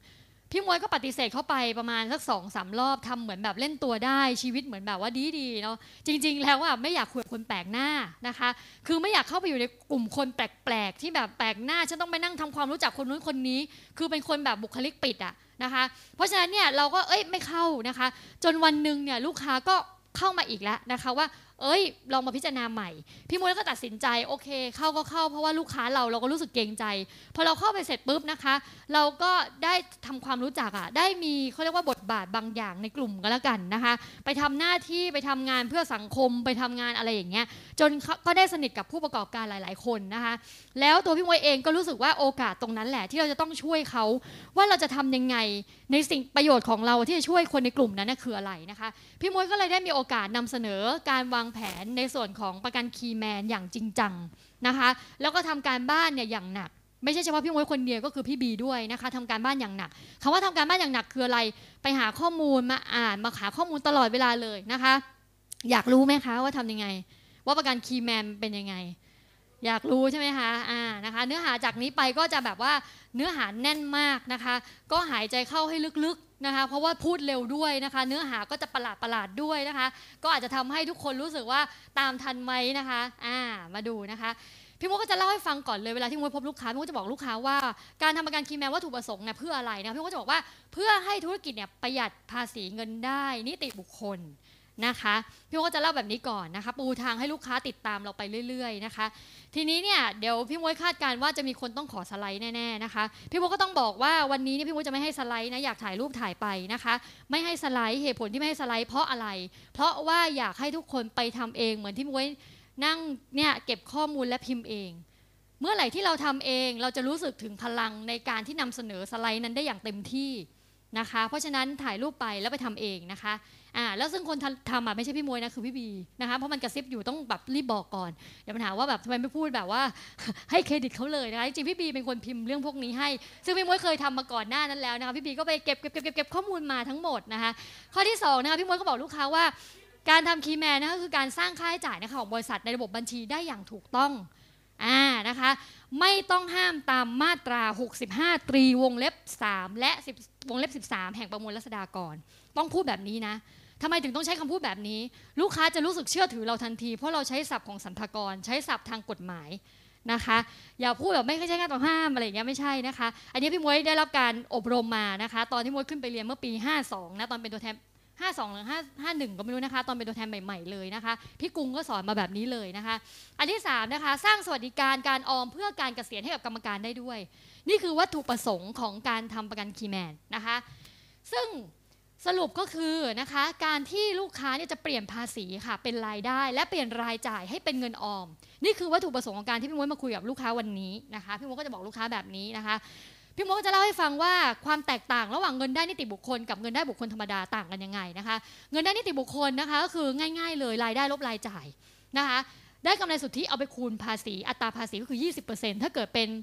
พี่มวยก็ปฏิเสธเข้าไปประมาณสัก2-3 รอบทำเหมือนแบบเล่นตัวได้ชีวิตเหมือนแบบว่าดีๆเนาะจริงๆแล้วว่าไม่อยากคุยกับคนแปลกหน้านะคะคือไม่อยากเข้าไปอยู่ในกลุ่มคนแปลกๆที่แบบแปลกหน้าฉันต้องไปนั่งทำความรู้จักคนนู้นคนนี้คือเป็นคนแบบบุคลิกปิดอะนะคะเพราะฉะนั้นเนี่ยเราก็ไม่เข้านะคะจนวันหนึ่งเนี่ยลูกค้าก็เข้ามาอีกแล้วนะคะว่าลองมาพิจารณาใหม่พี่มวยก็ตัดสินใจโอเคเข้าก็เข้าเพราะว่าลูกค้าเราก็รู้สึกเกรงใจพอเราเข้าไปเสร็จปุ๊บนะคะเราก็ได้ทำความรู้จักได้มีเขาเรียกว่าบทบาทบางอย่างในกลุ่มก็แล้วกันนะคะไปทำหน้าที่ไปทำงานเพื่อสังคมไปทำงานอะไรอย่างเงี้ยจนก็ได้สนิทกับผู้ประกอบการหลายๆคนนะคะแล้วตัวพี่มวยเองก็รู้สึกว่าโอกาสตรงนั้นแหละที่เราจะต้องช่วยเขาว่าเราจะทำยังไงในสิ่งประโยชน์ของเราที่จะช่วยคนในกลุ่มนั้นคืออะไรนะคะพี่มวยก็เลยได้มีโอกาสนำเสนอการวางแผนในส่วนของประกันคีย์แมนอย่างจริงจังนะคะแล้วก็ทำการบ้านเนี่ยอย่างหนักไม่ใช่เฉพาะพี่มวยคนเดียวก็คือพี่บีด้วยนะคะทำการบ้านอย่างหนักคำว่าทำการบ้านอย่างหนักคืออะไรไปหาข้อมูลมาอ่านมาหาข้อมูลตลอดเวลาเลยนะคะอยากรู้ไหมคะว่าทำยังไงว่าประกันคีย์แมนเป็นยังไงอยากรู้ใช่ไหมคะนะคะเนื้อหาจากนี้ไปก็จะแบบว่าเนื้อหาแน่นมากนะคะก็หายใจเข้าให้ลึกๆนะคะเพราะว่าพูดเร็วด้วยนะคะเนื้อหาก็จะประหลาดด้วยนะคะก็อาจจะทำให้ทุกคนรู้สึกว่าตามทันไหมนะคะมาดูนะคะพี่มดก็จะเล่าให้ฟังก่อนเลยเวลาที่มดพบลูกค้าพี่มดจะบอกลูกค้าว่าการทำประกันคีย์แมนวัตถุประสงค์เนี่ยเพื่ออะไรนะพี่มดจะบอกว่าเพื่อให้ธุรกิจเนี่ยประหยัดภาษีเงินได้นิติบุคคลนะคะพี่มดก็จะเล่าแบบนี้ก่อนนะคะปูทางให้ลูกค้าติดตามเราไปเรื่อยๆนะคะทีนี้เนี่ยเดี๋ยวพี่มดคาดการณ์ว่าจะมีคนต้องขอสไลด์แน่ๆนะคะพี่มดก็ต้องบอกว่าวันนี้พี่มดจะไม่ให้สไลด์นะอยากถ่ายรูปถ่ายไปนะคะไม่ให้สไลด์เหตุผลที่ไม่ให้สไลด์เพราะอะไรเพราะว่าอยากให้ทุกคนไปทำเองเหมือนที่มดนั่งเนี่ยเก็บข้อมูลและพิมพ์เองเมื่อไหร่ที่เราทำเองเราจะรู้สึกถึงพลังในการที่นำเสนอสไลด์นั้นได้อย่างเต็มที่นะคะเพราะฉะนั้นถ่ายรูปไปแล้วไปทำเองนะคะแล้วซึ่งคนทำไม่ใช่พี่มวยนะคือพี่บีนะคะเพราะมันกระซิบอยู่ต้องแบบรีบบอกก่อนเดี๋ยวปัญหาว่าแบบทำไมไม่พูดแบบว่าให้เครดิตเขาเลยนะคะจริงๆพี่บีเป็นคนพิมพ์เรื่องพวกนี้ให้ซึ่งพี่มวยเคยทำมาก่อนหน้านั้นแล้วนะคะพี่บีก็ไปเก็บข้อมูลมาทั้งหมดนะคะข้อที่2นะคะพี่มวยก็บอกลูกค้าว่าการทำคีย์แมนนะคะคือการสร้างค่าใช้จ่ายนะคะของบริษัทในระบบบัญชีได้อย่างถูกต้องนะคะไม่ต้องห้ามตามมาตรา65 ตรีวงเล็บ3และ10วงเล็บ13แห่งประมวลรัษฎากรต้องพูดแบบนี้นะทำไมถึงต้องใช้คำพูดแบบนี้ลูกค้าจะรู้สึกเชื่อถือเราทันทีเพราะเราใช้ศัพท์ของสรรพากรใช้ศัพท์ทางกฎหมายนะคะอย่าพูดแบบไม่ใช่การต้องห้ามอะไรอย่างเงี้ยไม่ใช่นะคะอันนี้พี่มวยได้รับการอบรมมานะคะตอนที่มวยขึ้นไปเรียนเมื่อปี52นะตอนเป็นตัวแทน52หรือ51ก็ไม่รู้นะคะตอนเป็นตัวแทนใหม่ๆเลยนะคะพี่กุ้งก็สอนมาแบบนี้เลยนะคะอันที่3นะคะสร้างสวัสดิการการออมเพื่อการเกษียณให้กับกรรมการได้ด้วยนี่คือวัตถุประสงค์ของการทำประกันคีย์แมนนะคะซึ่งสรุปก็คือนะคะการที่ลูกค้าเนี่ยจะเปลี่ยนภาษีค่ะเป็นรายได้และเปลี่ยนรายจ่ายให้เป็นเงินออมนี่คือวัตถุประสงค์ของการที่พี่มวยมาคุยกับลูกค้าวันนี้นะคะพี่มวยก็จะบอกลูกค้าแบบนี้นะคะพี่มดก็จะเล่าให้ฟังว่าความแตกต่างระหว่างเงินได้นิติบุคคลกับเงินได้บุคคลธรรมดาต่างกันยังไงนะคะเงินได้นิติบุคคลนะคะก็คือง่ายๆเลยรายได้ลบรายจ่ายนะคะได้กำไรสุทธิเอาไปคูณภาษีอัตราภาษีก็คือ 20% ถ้าเกิดเป็น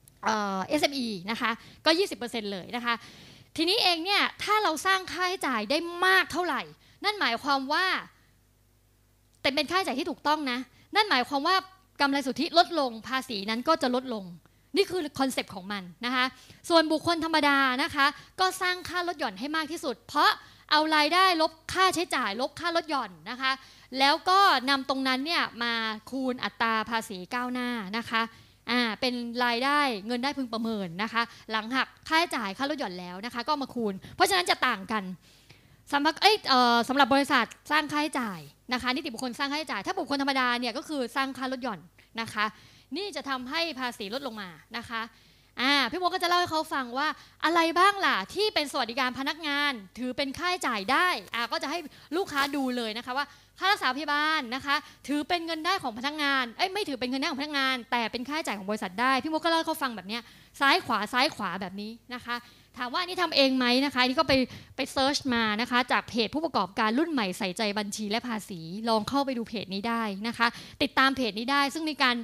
SME นะคะก็ 20% เลยนะคะทีนี้เองเนี่ยถ้าเราสร้างค่าใช้จ่ายได้มากเท่าไหร่นั่นหมายความว่าแต่เป็นค่าใช้จ่ายที่ถูกต้องนะนั่นหมายความว่ากำไรสุทธิลดลงภาษีนั้นก็จะลดลงนี่คือคอนเซปต์ของมันนะคะส่วนบุคคลธรรมดานะคะก็สร้างค่าลดหย่อนให้มากที่สุดเพราะเอารายได้ลบค่าใช้จ่ายลบค่าลดหย่อนนะคะแล้วก็นำตรงนั้นเนี่ยมาคูณอัตราภาษีก้าวหน้านะคะเป็นรายได้เงินได้พึงประเมินนะคะหลังหักค่าใช้จ่ายค่าลดหย่อนแล้วนะคะก็มาคูณเพราะฉะนั้นจะต่างกันสำหรับบริษัทสร้างค่าใช้จ่ายนะคะนิติบุคคลสร้างค่าใช้จ่ายถ้าบุคคลธรรมดาเนี่ยก็คือสร้างค่าลดหย่อนนะคะนี่จะทำให้ภาษีลดลงมานะคะพี่โมก็จะเล่าให้เขาฟังว่าอะไรบ้างล่ะที่เป็นสวัสดิการพนักงานถือเป็นค่าใช้จ่ายได้ก็จะให้ลูกค้าดูเลยนะคะว่าค่ารักษาพยาบาลนะคะถือเป็นเงินได้ของพนักงานไม่ถือเป็นเงินได้ของพนักงานแต่เป็นค่าใช้จ่ายของบริษัทได้พี่โมก็เล่าให้เขาฟังแบบนี้ซ้ายขวาแบบนี้นะคะถามว่าอันนี้ทำเองไหมนะคะนี่ก็ไปเซิร์ชมานะคะจากเพจผู้ประกอบการรุ่นใหม่ใส่ใจบัญชีและภาษีลองเข้าไปดูเพจนี้ได้นะคะติดตามเพจนี้ได้ซึ่งมีการ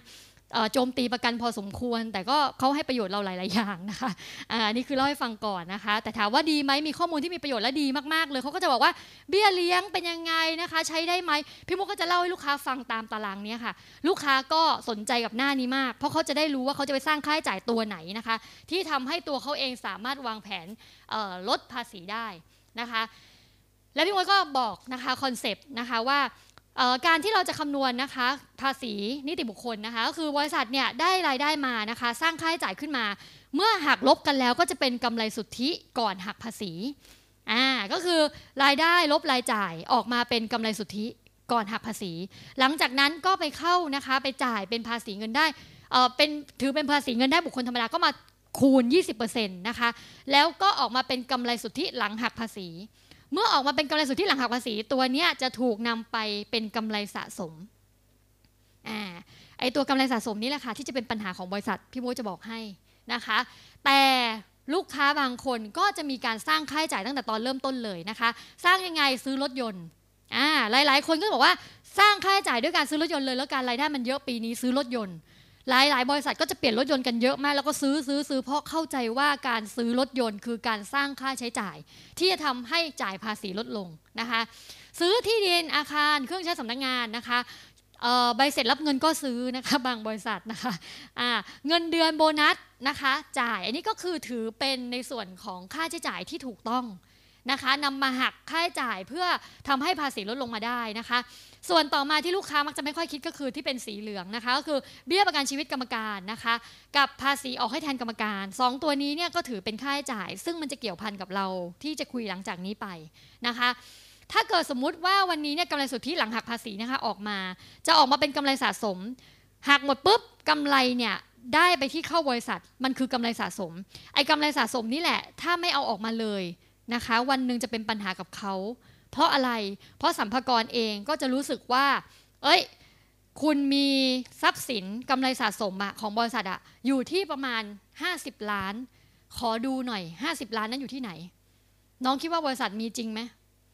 โจมตีประกันพอสมควรแต่ก็เขาให้ประโยชน์เราหลายๆอย่างนะคะนี่คือเล่าให้ฟังก่อนนะคะแต่ถามว่าดีไหมมีข้อมูลที่มีประโยชน์และดีมากๆเลยเขาก็จะบอกว่าเบี้ยเลี้ยงเป็นยังไงนะคะใช้ได้ไหมพี่มุกก็จะเล่าให้ลูกค้าฟังตามตารางนี้ค่ะลูกค้าก็สนใจกับหน้านี้มากเพราะเขาจะได้รู้ว่าเขาจะไปสร้างค่าใช้จ่ายตัวไหนนะคะที่ทำให้ตัวเขาเองสามารถวางแผนลดภาษีได้นะคะและพี่มุกก็บอกนะคะคอนเซปต์นะคะว่าการที่เราจะคำนวณนะคะภาษีนิติบุคคลนะคะก็คือบริษัทเนี่ยได้รายได้มานะคะสร้างค่าใช้จ่ายขึ้นมาเมื่อหักลบกันแล้วก็จะเป็นกำไรสุทธิก่อนหักภาษีก็คือรายได้ลบรายจ่ายออกมาเป็นกำไรสุทธิก่อนหักภาษีหลังจากนั้นก็ไปเข้านะคะไปจ่ายเป็นภาษีเงินได้ถือเป็นภาษีเงินได้บุคคลธรรมดาก็มาคูณ 20% นะคะแล้วก็ออกมาเป็นกำไรสุทธิหลังหักภาษีเมื่อออกมาเป็นกำไรสุทธิหลังหักภาษีตัวนี้จะถูกนำไปเป็นกำไรสะสมไอตัวกำไรสะสมนี่แหละค่ะที่จะเป็นปัญหาของบริษัทพี่โบ๊ทจะบอกให้นะคะแต่ลูกค้าบางคนก็จะมีการสร้างค่าใช้จ่ายตั้งแต่ตอนเริ่มต้นเลยนะคะสร้างยังไงซื้อรถยนต์หลายๆคนก็บอกว่าสร้างค่าใช้จ่ายด้วยการซื้อรถยนต์เลยแล้วการรายได้มันเยอะปีนี้ซื้อรถยนต์หลายบริษัทก็จะเปลี่ยนรถยนต์กันเยอะมากแล้วก็ซื้อเพราะเข้าใจว่าการซื้อรถยนต์คือการสร้างค่าใช้จ่ายที่จะทำให้จ่ายภาษีลดลงนะคะซื้อที่ดินอาคารเครื่องใช้สำนักงานนะคะใบเสร็จรับเงินก็ซื้อนะคะบางบริษัทนะคะเงินเดือนโบนัสนะคะจ่ายอันนี้ก็คือถือเป็นในส่วนของค่าใช้จ่ายที่ถูกต้องนะคะนำมาหักค่าใช้จ่ายเพื่อทำให้ภาษีลดลงมาได้นะคะส่วนต่อมาที่ลูกค้ามักจะไม่ค่อยคิดก็คือที่เป็นสีเหลืองนะคะก็คือเบี้ยประกันชีวิตกรรมการนะคะกับภาษีออกให้แทนกรรมการ2ตัวนี้เนี่ยก็ถือเป็นค่าใช้จ่ายซึ่งมันจะเกี่ยวพันกับเราที่จะคุยหลังจากนี้ไปนะคะถ้าเกิดสมมุติว่าวันนี้เนี่ยกำไรสุทธิหลังหักภาษีนะคะออกมาเป็นกำไรสะสมหักหมดปุ๊บกำไรเนี่ยได้ไปที่เข้าบริษัทมันคือกำไรสะสมไอ้กำไรสะสมนี่แหละถ้าไม่เอาออกมาเลยนะคะวันหนึ่งจะเป็นปัญหากับเขาเพราะอะไรเพราะสรรพากรเองก็จะรู้สึกว่าคุณมีทรัพย์สินกำไรสะสมของบริษัทอยู่ที่ประมาณ50ล้านขอดูหน่อย50ล้านนั้นอยู่ที่ไหนน้องคิดว่าบริษัทมีจริงไหม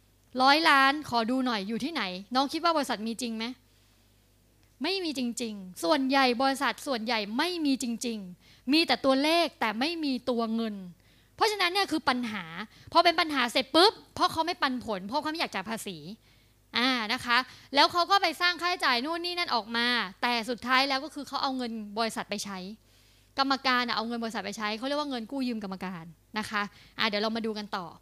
100ล้านขอดูหน่อยอยู่ที่ไหนน้องคิดว่าบริษัทมีจริงไหมไม่มีจริงๆส่วนใหญ่บริษัทส่วนใหญ่ไม่มีจริงๆมีแต่ตัวเลขแต่ไม่มีตัวเงินเพราะฉะนั้นเนี่ยคือปัญหาพอเป็นปัญหาเสร็จปุ๊บเพราะเขาไม่ปันผลเพราะเขาไม่อยากจ่ายภาษีนะคะแล้วเขาก็ไปสร้างค่าใช้จ่ายนู่นนี่นั่นออกมาแต่สุดท้ายแล้วก็คือเขาเอาเงินบริษัทไปใช้กรรมการเอาเงินบริษัทไปใช้เขาเรียกว่าเงินกู้ยืมกรรมการนะคะเดี๋ยวเรามาดูกันต่อ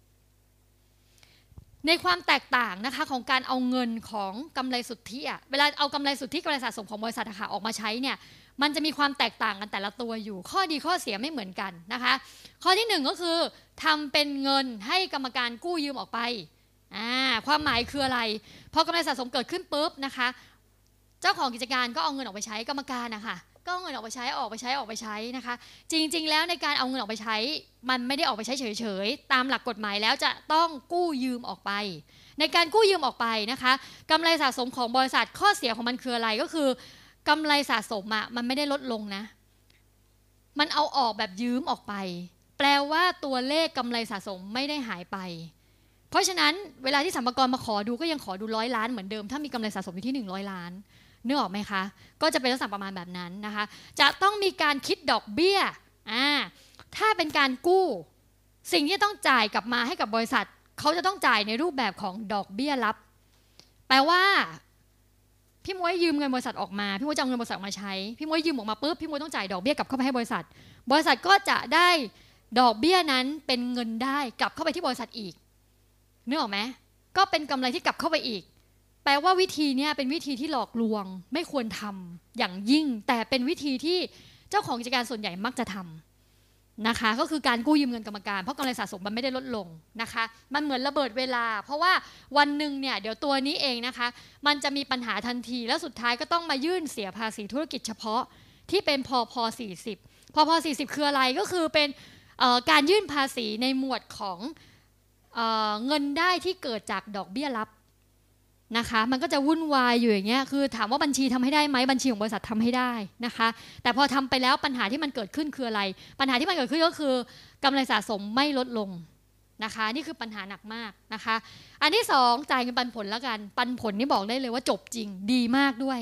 ในความแตกต่างนะคะของการเอาเงินของกำไรสุทธิเวลาเอากำไรสุทธิกำไรสะสมของบริษัทออกมาใช้เนี่ยมันจะมีความแตกต่างกันแต่ละตัวอยู่ข้อดีข้อเสียไม่เหมือนกันนะคะข้อที่1ก็คือทำเป็นเงินให้กรรมการกู้ยืมออกไปความหมายคืออะไรพอกำไรสะสมเกิดขึ้นปุ๊บนะคะเจ้าของกิจการก็เอาเงินออกไปใช้กรรมการนะคะก็เอาเงินออกไปใช้นะคะจริงๆแล้วในการเอาเงินออกไปใช้มันไม่ได้ออกไปใช้เฉยๆตามหลักกฎหมายแล้วจะต้องกู้ยืมออกไปในการกู้ยืมออกไปนะคะกำไรสะสมของบริษัทข้อเสียของมันคืออะไรก็คือกำไรสะสมมันไม่ได้ลดลงนะมันเอาออกแบบยืมออกไปแปลว่าตัวเลขกำไรสะสมไม่ได้หายไปเพราะฉะนั้นเวลาที่สรรพากรมาขอดูก็ยังขอดู100ล้านเหมือนเดิมถ้ามีกำไรสะสมอยู่ที่100ล้านนึกออกไหมคะก็จะเป็นลักษณะประมาณแบบนั้นนะคะจะต้องมีการคิดดอกเบี้ยถ้าเป็นการกู้สิ่งที่ต้องจ่ายกลับมาให้กับบริษัทเขาจะต้องจ่ายในรูปแบบของดอกเบี้ยรับแปลว่าพี่ม้วยยืมเงินบริษัทออกมาพี่ม้วยจะเอาเงินบริษัทมาใช้พี่ม้วยยืมออกมาปุ๊บพี่ม้วยต้องจ่ายดอกเบี้ยกลับเข้าไปให้บริษัทก็จะได้ดอกเบี้ยนั้นเป็นเงินได้กลับเข้าไปที่บริษัทอีกนึกออกไหมก็เป็นกำไรที่กลับเข้าไปอีกแปลว่าวิธีนี้เป็นวิธีที่หลอกลวงไม่ควรทำอย่างยิ่งแต่เป็นวิธีที่เจ้าของกิจการส่วนใหญ่มักจะทำนะคะก็คือการกู้ยืมเงินกรรมการเพราะกำไรสะสมมันไม่ได้ลดลงนะคะมันเหมือนระเบิดเวลาเพราะว่าวันหนึ่งเนี่ยเดี๋ยวตัวนี้เองนะคะมันจะมีปัญหาทันทีแล้วสุดท้ายก็ต้องมายื่นเสียภาษีธุรกิจเฉพาะที่เป็นพพ40พพ40คืออะไรก็คือเป็นการยื่นภาษีในหมวดของเงินได้ที่เกิดจากดอกเบี้ยรับนะคะมันก็จะวุ่นวายอยู่อย่างเงี้ยคือถามว่าบัญชีทำให้ได้ไหมบัญชีของบริษัททำให้ได้นะคะแต่พอทำไปแล้วปัญหาที่มันเกิดขึ้นคืออะไรปัญหาที่มันเกิดขึ้นก็คือกำไรสะสมไม่ลดลงนะคะนี่คือปัญหาหนักมากนะคะอันที่2จ่ายเงินปันผลแล้วกันปันผลนี่บอกได้เลยว่าจบจริงดีมากด้วย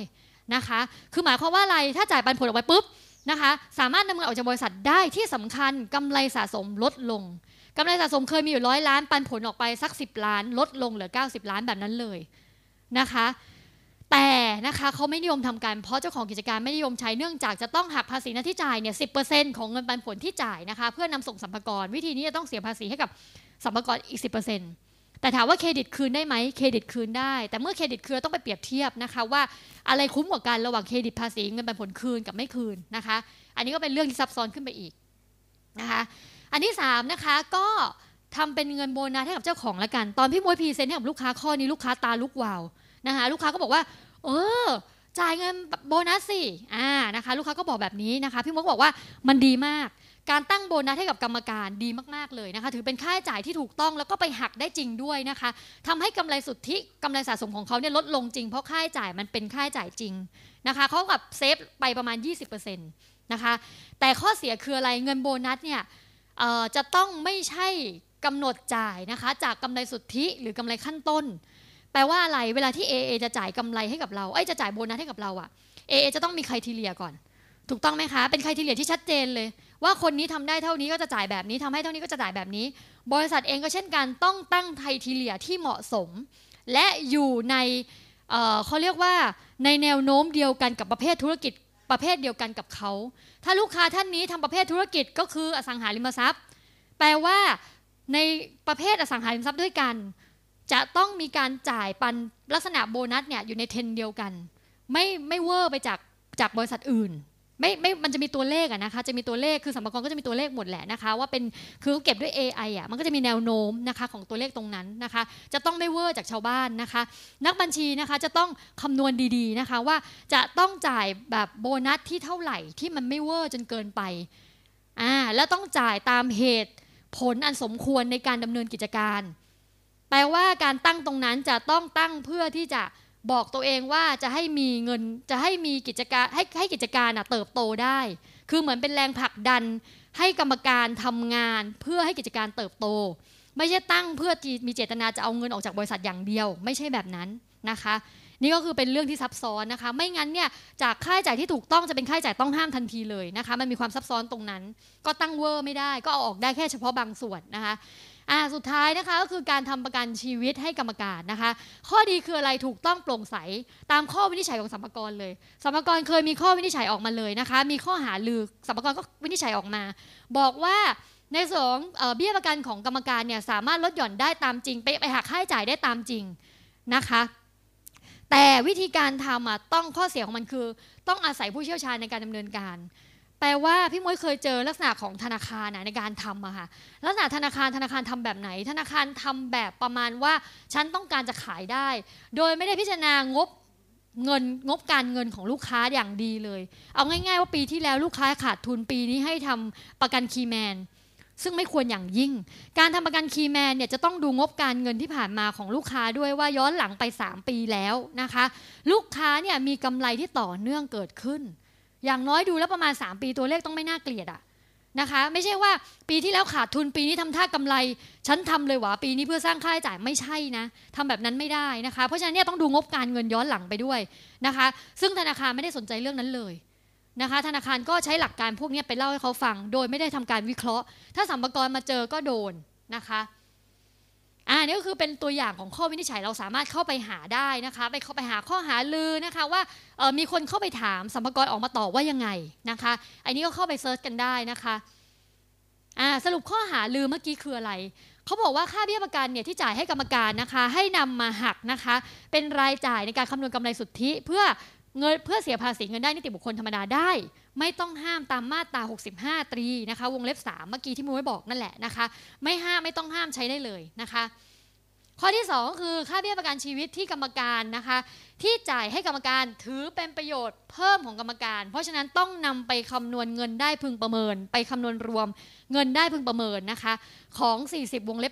นะคะคือหมายความว่าอะไรถ้าจ่ายปันผลออกไปปุ๊บนะคะสามารถนำเงินออกจากบริษัทได้ที่สำคัญกำไรสะสมลดลงกำไรสะสมเคยมีอยู่100 ล้านปันผลออกไปสัก10 ล้านลดลงเหลือ90 ล้านแบบนั้นเลยนะคะแต่นะคะเขาไม่นิยมทำกันเพราะเจ้าของกิจการไม่นิยมใช้เนื่องจากจะต้องหักภาษีหน้าที่จ่ายเนี่ย 10% ของเงินปันผลที่จ่ายนะคะเพื่อนำส่งสรรพากรวิธีนี้จะต้องเสียภาษีให้กับสรรพากรอีก 10%แต่ถามว่าเครดิตคืนได้ไหมเครดิตคืนได้แต่เมื่อเครดิตคืนต้องไปเปรียบเทียบนะคะว่าอะไรคุ้มกว่ากันระหว่างเครดิตภาษีเงินปันผลคืนกับไม่คืนนะคะอันนี้ก็เป็นเรื่องที่ซับซ้อนขึ้นไปอีกนะคะอันที่3นะคะก็ทำเป็นเงินโบนัสให้กับเจ้าของละกันตอนพี่มวยพรีเซนต์ให้กับลูกค้าข้อนี้ลูกค้าตาลุกวาวนะคะลูกค้าก็บอกว่าจ่ายเงินโบนัสสินะคะลูกค้าก็บอกแบบนี้นะคะพี่มวยบอกว่ามันดีมากการตั้งโบนัสให้กับกรรมการดีมากๆเลยนะคะถือเป็นค่าใช้จ่ายที่ถูกต้องแล้วก็ไปหักได้จริงด้วยนะคะทำให้กำไรสุทธิกำไรสะสมของเขาเนี่ยลดลงจริงเพราะค่าใช้จ่ายมันเป็นค่าใช้จ่ายจริงนะคะเขากับเซฟไปประมาณ 20% นะคะแต่ข้อเสียคืออะไรเงินโบนัสเนี่ยจะต้องไม่ใช่กำหนดจ่ายนะคะจากกำไรสุทธิหรือกำไรขั้นต้นแปลว่าอะไรเวลาที่ AA จะจ่ายกำไรให้กับเราจะจ่ายโบนัสให้กับเราอะ AA จะต้องมีไครทีเรียก่อนถูกต้องไหมคะเป็นไครทีเรียที่ชัดเจนเลยว่าคนนี้ทำได้เท่านี้ก็จะจ่ายแบบนี้ทำให้เท่านี้ก็จะจ่ายแบบนี้บริษัทเองก็เช่นกันต้องตั้งไครทีเรียที่เหมาะสมและอยู่ในเขาเรียกว่าในแนวโน้มเดียวกันกับประเภทธุรกิจประเภทเดียวกันกับเขาถ้าลูกค้าท่านนี้ทำประเภทธุรกิจก็คืออสังหาริมทรัพย์แปลว่าในประเภทอสังหาริมทรัพย์ด้วยกันจะต้องมีการจ่ายปันลักษณะโบนัสเนี่ยอยู่ในเทรนเดียวกันไม่เวอร์ไปจากบริษัทอื่นไม่มันจะมีตัวเลขนะคะจะมีตัวเลขคือสรรพากรก็จะมีตัวเลขหมดแหละนะคะว่าเป็นคือเขาเก็บด้วย AI มันก็จะมีแนวโน้มนะคะของตัวเลขตรงนั้นนะคะจะต้องไม่เวอร์จากชาวบ้านนะคะนักบัญชีนะคะจะต้องคำนวณดีๆนะคะว่าจะต้องจ่ายแบบโบนัสที่เท่าไหร่ที่มันไม่เวอร์จนเกินไปแล้วต้องจ่ายตามเหตุผลอันสมควรในการดำเนินกิจการแปลว่าการตั้งตรงนั้นจะต้องตั้งเพื่อที่จะบอกตัวเองว่าจะให้มีเงินจะให้มีกิจการให้กิจการเติบโตได้คือเหมือนเป็นแรงผลักดันให้กรรมการทำงานเพื่อให้กิจการเติบโตไม่ใช่ตั้งเพื่อมีเจตนาจะเอาเงินออกจากบริษัทอย่างเดียวไม่ใช่แบบนั้นนะคะนี่ก็คือเป็นเรื่องที่ซับซ้อนนะคะไม่งั้นเนี่ยจากค่าใช้จ่ายที่ถูกต้องจะเป็นค่าใช้จ่ายต้องห้ามทันทีเลยนะคะมันมีความซับซ้อนตรงนั้นก็ตั้งเวอร์ไม่ได้ก็เอาออกได้แค่เฉพาะบางส่วนนะคะสุดท้ายนะคะก็คือการทำประกันชีวิตให้กรรมการนะคะข้อดีคืออะไรถูกต้องโปร่งใสตามข้อวินิจฉัยของสรรพากรเลยสรรพากรเคยมีข้อวินิจฉัยออกมาเลยนะคะมีข้อหาลือสรรพากรก็วินิจฉัยออกมาบอกว่าในส่วนของเบี้ยประกันของกรรมการเนี่ยสามารถลดหย่อนได้ตามจริงไปหักค่าใช้จ่ายได้ตามจริงนะคะแต่วิธีการทำต้องข้อเสียของมันคือต้องอาศัยผู้เชี่ยวชาญในการดำเนินการแปลว่าพี่ม้ยเคยเจอลักษณะของธนาคารในการทำค่ะลักษณะธนาคารทำแบบไหนธนาคารทำแบบประมาณว่าฉันต้องการจะขายได้โดยไม่ได้พิจารณางบการเงินของลูกค้าอย่างดีเลยเอาง่ายๆว่าปีที่แล้วลูกค้าขาดทุนปีนี้ให้ทำประกันคีย์แมนซึ่งไม่ควรอย่างยิ่งการทำประกันคีย์แมนเนี่ยจะต้องดูงบการเงินที่ผ่านมาของลูกค้าด้วยว่าย้อนหลังไป3ปีแล้วนะคะลูกค้าเนี่ยมีกำไรที่ต่อเนื่องเกิดขึ้นอย่างน้อยดูแล้วประมาณ3ปีตัวเลขต้องไม่น่าเกลียดนะคะไม่ใช่ว่าปีที่แล้วขาดทุนปีนี้ทำท่ากำไรฉันทำเลยหวะปีนี้เพื่อสร้างค่าใช้จ่ายไม่ใช่นะทำแบบนั้นไม่ได้นะคะเพราะฉะนั้นเนี่ยต้องดูงบการเงินย้อนหลังไปด้วยนะคะซึ่งธนาคารไม่ได้สนใจเรื่องนั้นเลยนะคะธนาคารก็ใช้หลักการพวกนี้ไปเล่าให้เขาฟังโดยไม่ได้ทำการวิเคราะห์ถ้าสรรพากรมาเจอก็โดนนะคะนี่ก็คือเป็นตัวอย่างของข้อวินิจฉัยเราสามารถเข้าไปหาได้นะคะไปหาข้อหาลือนะคะว่ามีคนเข้าไปถามสรรพากรออกมาตอบว่ายังไงนะคะอันนี้ก็เข้าไปเซิร์ชกันได้นะคะสรุปข้อหาลือเมื่อกี้คืออะไรเขาบอกว่าค่าเบี้ยประกันเนี่ยที่จ่ายให้กรรมการนะคะให้นำมาหักนะคะเป็นรายจ่ายในการคำนวณกำไรสุทธิเพื่อเสียภาษีเงินได้นิติบุคคลธรรมดาได้ไม่ต้องห้ามตามมาตรา65 ตรีนะคะวงเล็บ3เมื่อกี้ที่มุ้ยบอกนั่นแหละนะคะไม่ห้ามไม่ต้องห้ามใช้ได้เลยนะคะข้อที่2ก็คือค่าเบี้ยประกันชีวิตที่กรรมการนะคะที่จ่ายให้กรรมการถือเป็นประโยชน์เพิ่มของกรรมการเพราะฉะนั้นต้องนำไปคำนวณเงินได้พึงประเมินไปคำนวณรวมเงินได้พึงประเมินนะคะของ40วงเล็บ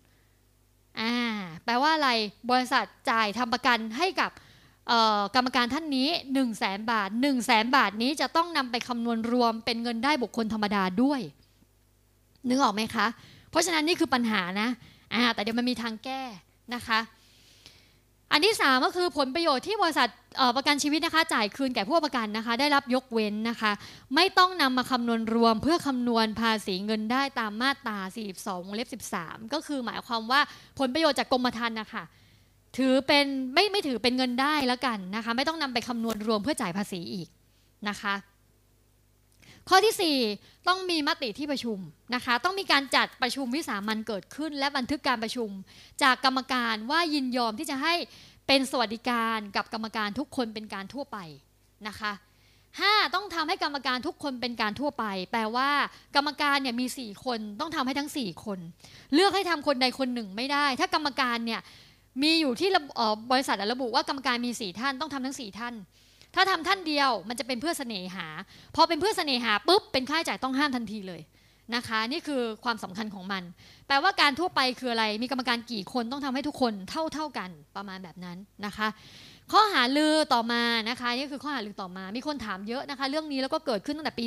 1แปลว่าอะไรบริษัทจ่ายทำประกันให้กับกรรมการท่านนี้100,000 บาท100,000 บาทนี้จะต้องนำไปคำนวณรวมเป็นเงินได้บุคคลธรรมดาด้วยนึกออกไหมคะเพราะฉะนั้นนี่คือปัญหานะแต่เดี๋ยวมันมีทางแก้นะคะอันที่3ก็คือผลประโยชน์ที่บริษัทประกันชีวิตนะคะจ่ายคืนแก่ผู้ประกันนะคะได้รับยกเว้นนะคะไม่ต้องนำมาคำนวณรวมเพื่อคำนวณภาษีเงินได้ตามมาตรา42 วงเล็บ 13ก็คือหมายความว่าผลประโยชน์จากกรมธรรม์นะคะถือเป็นไม่ถือเป็นเงินได้แล้วกันนะคะไม่ต้องนำไปคำนวณรวมเพื่อจ่ายภาษีอีกนะคะข้อที่4ต้องมีมติที่ประชุมนะคะต้องมีการจัดประชุมวิสามัญเกิดขึ้นและบันทึกการประชุมจากกรรมการว่ายินยอมที่จะให้เป็นสวัสดิการกับกรรมการทุกคนเป็นการทั่วไปนะคะ5ต้องทำให้กรรมการทุกคนเป็นการทั่วไปแปลว่ากรรมการเนี่ยมี4คนต้องทำให้ทั้ง4คนเลือกให้ทำคนใดคนหนึ่งไม่ได้ถ้ากรรมการเนี่ยมีอยู่ที่บริษัทระบุว่ากรรมการมี4ท่านต้องทำทั้ง4ท่านถ้าทำท่านเดียวมันจะเป็นเพื่อเสน่หาพอเป็นเพื่อเสน่หาปุ๊บเป็นค่าใช้จ่ายต้องห้ามทันทีเลยนะคะนี่คือความสำคัญของมันแปลว่าการทั่วไปคืออะไรมีกรรมการกี่คนต้องทำให้ทุกคนเท่ากันประมาณแบบนั้นนะคะข้อหาลือต่อมานะคะนี่คือข้อหาลือต่อมามีคนถามเยอะนะคะเรื่องนี้แล้วก็เกิดขึ้นตั้งแต่ปี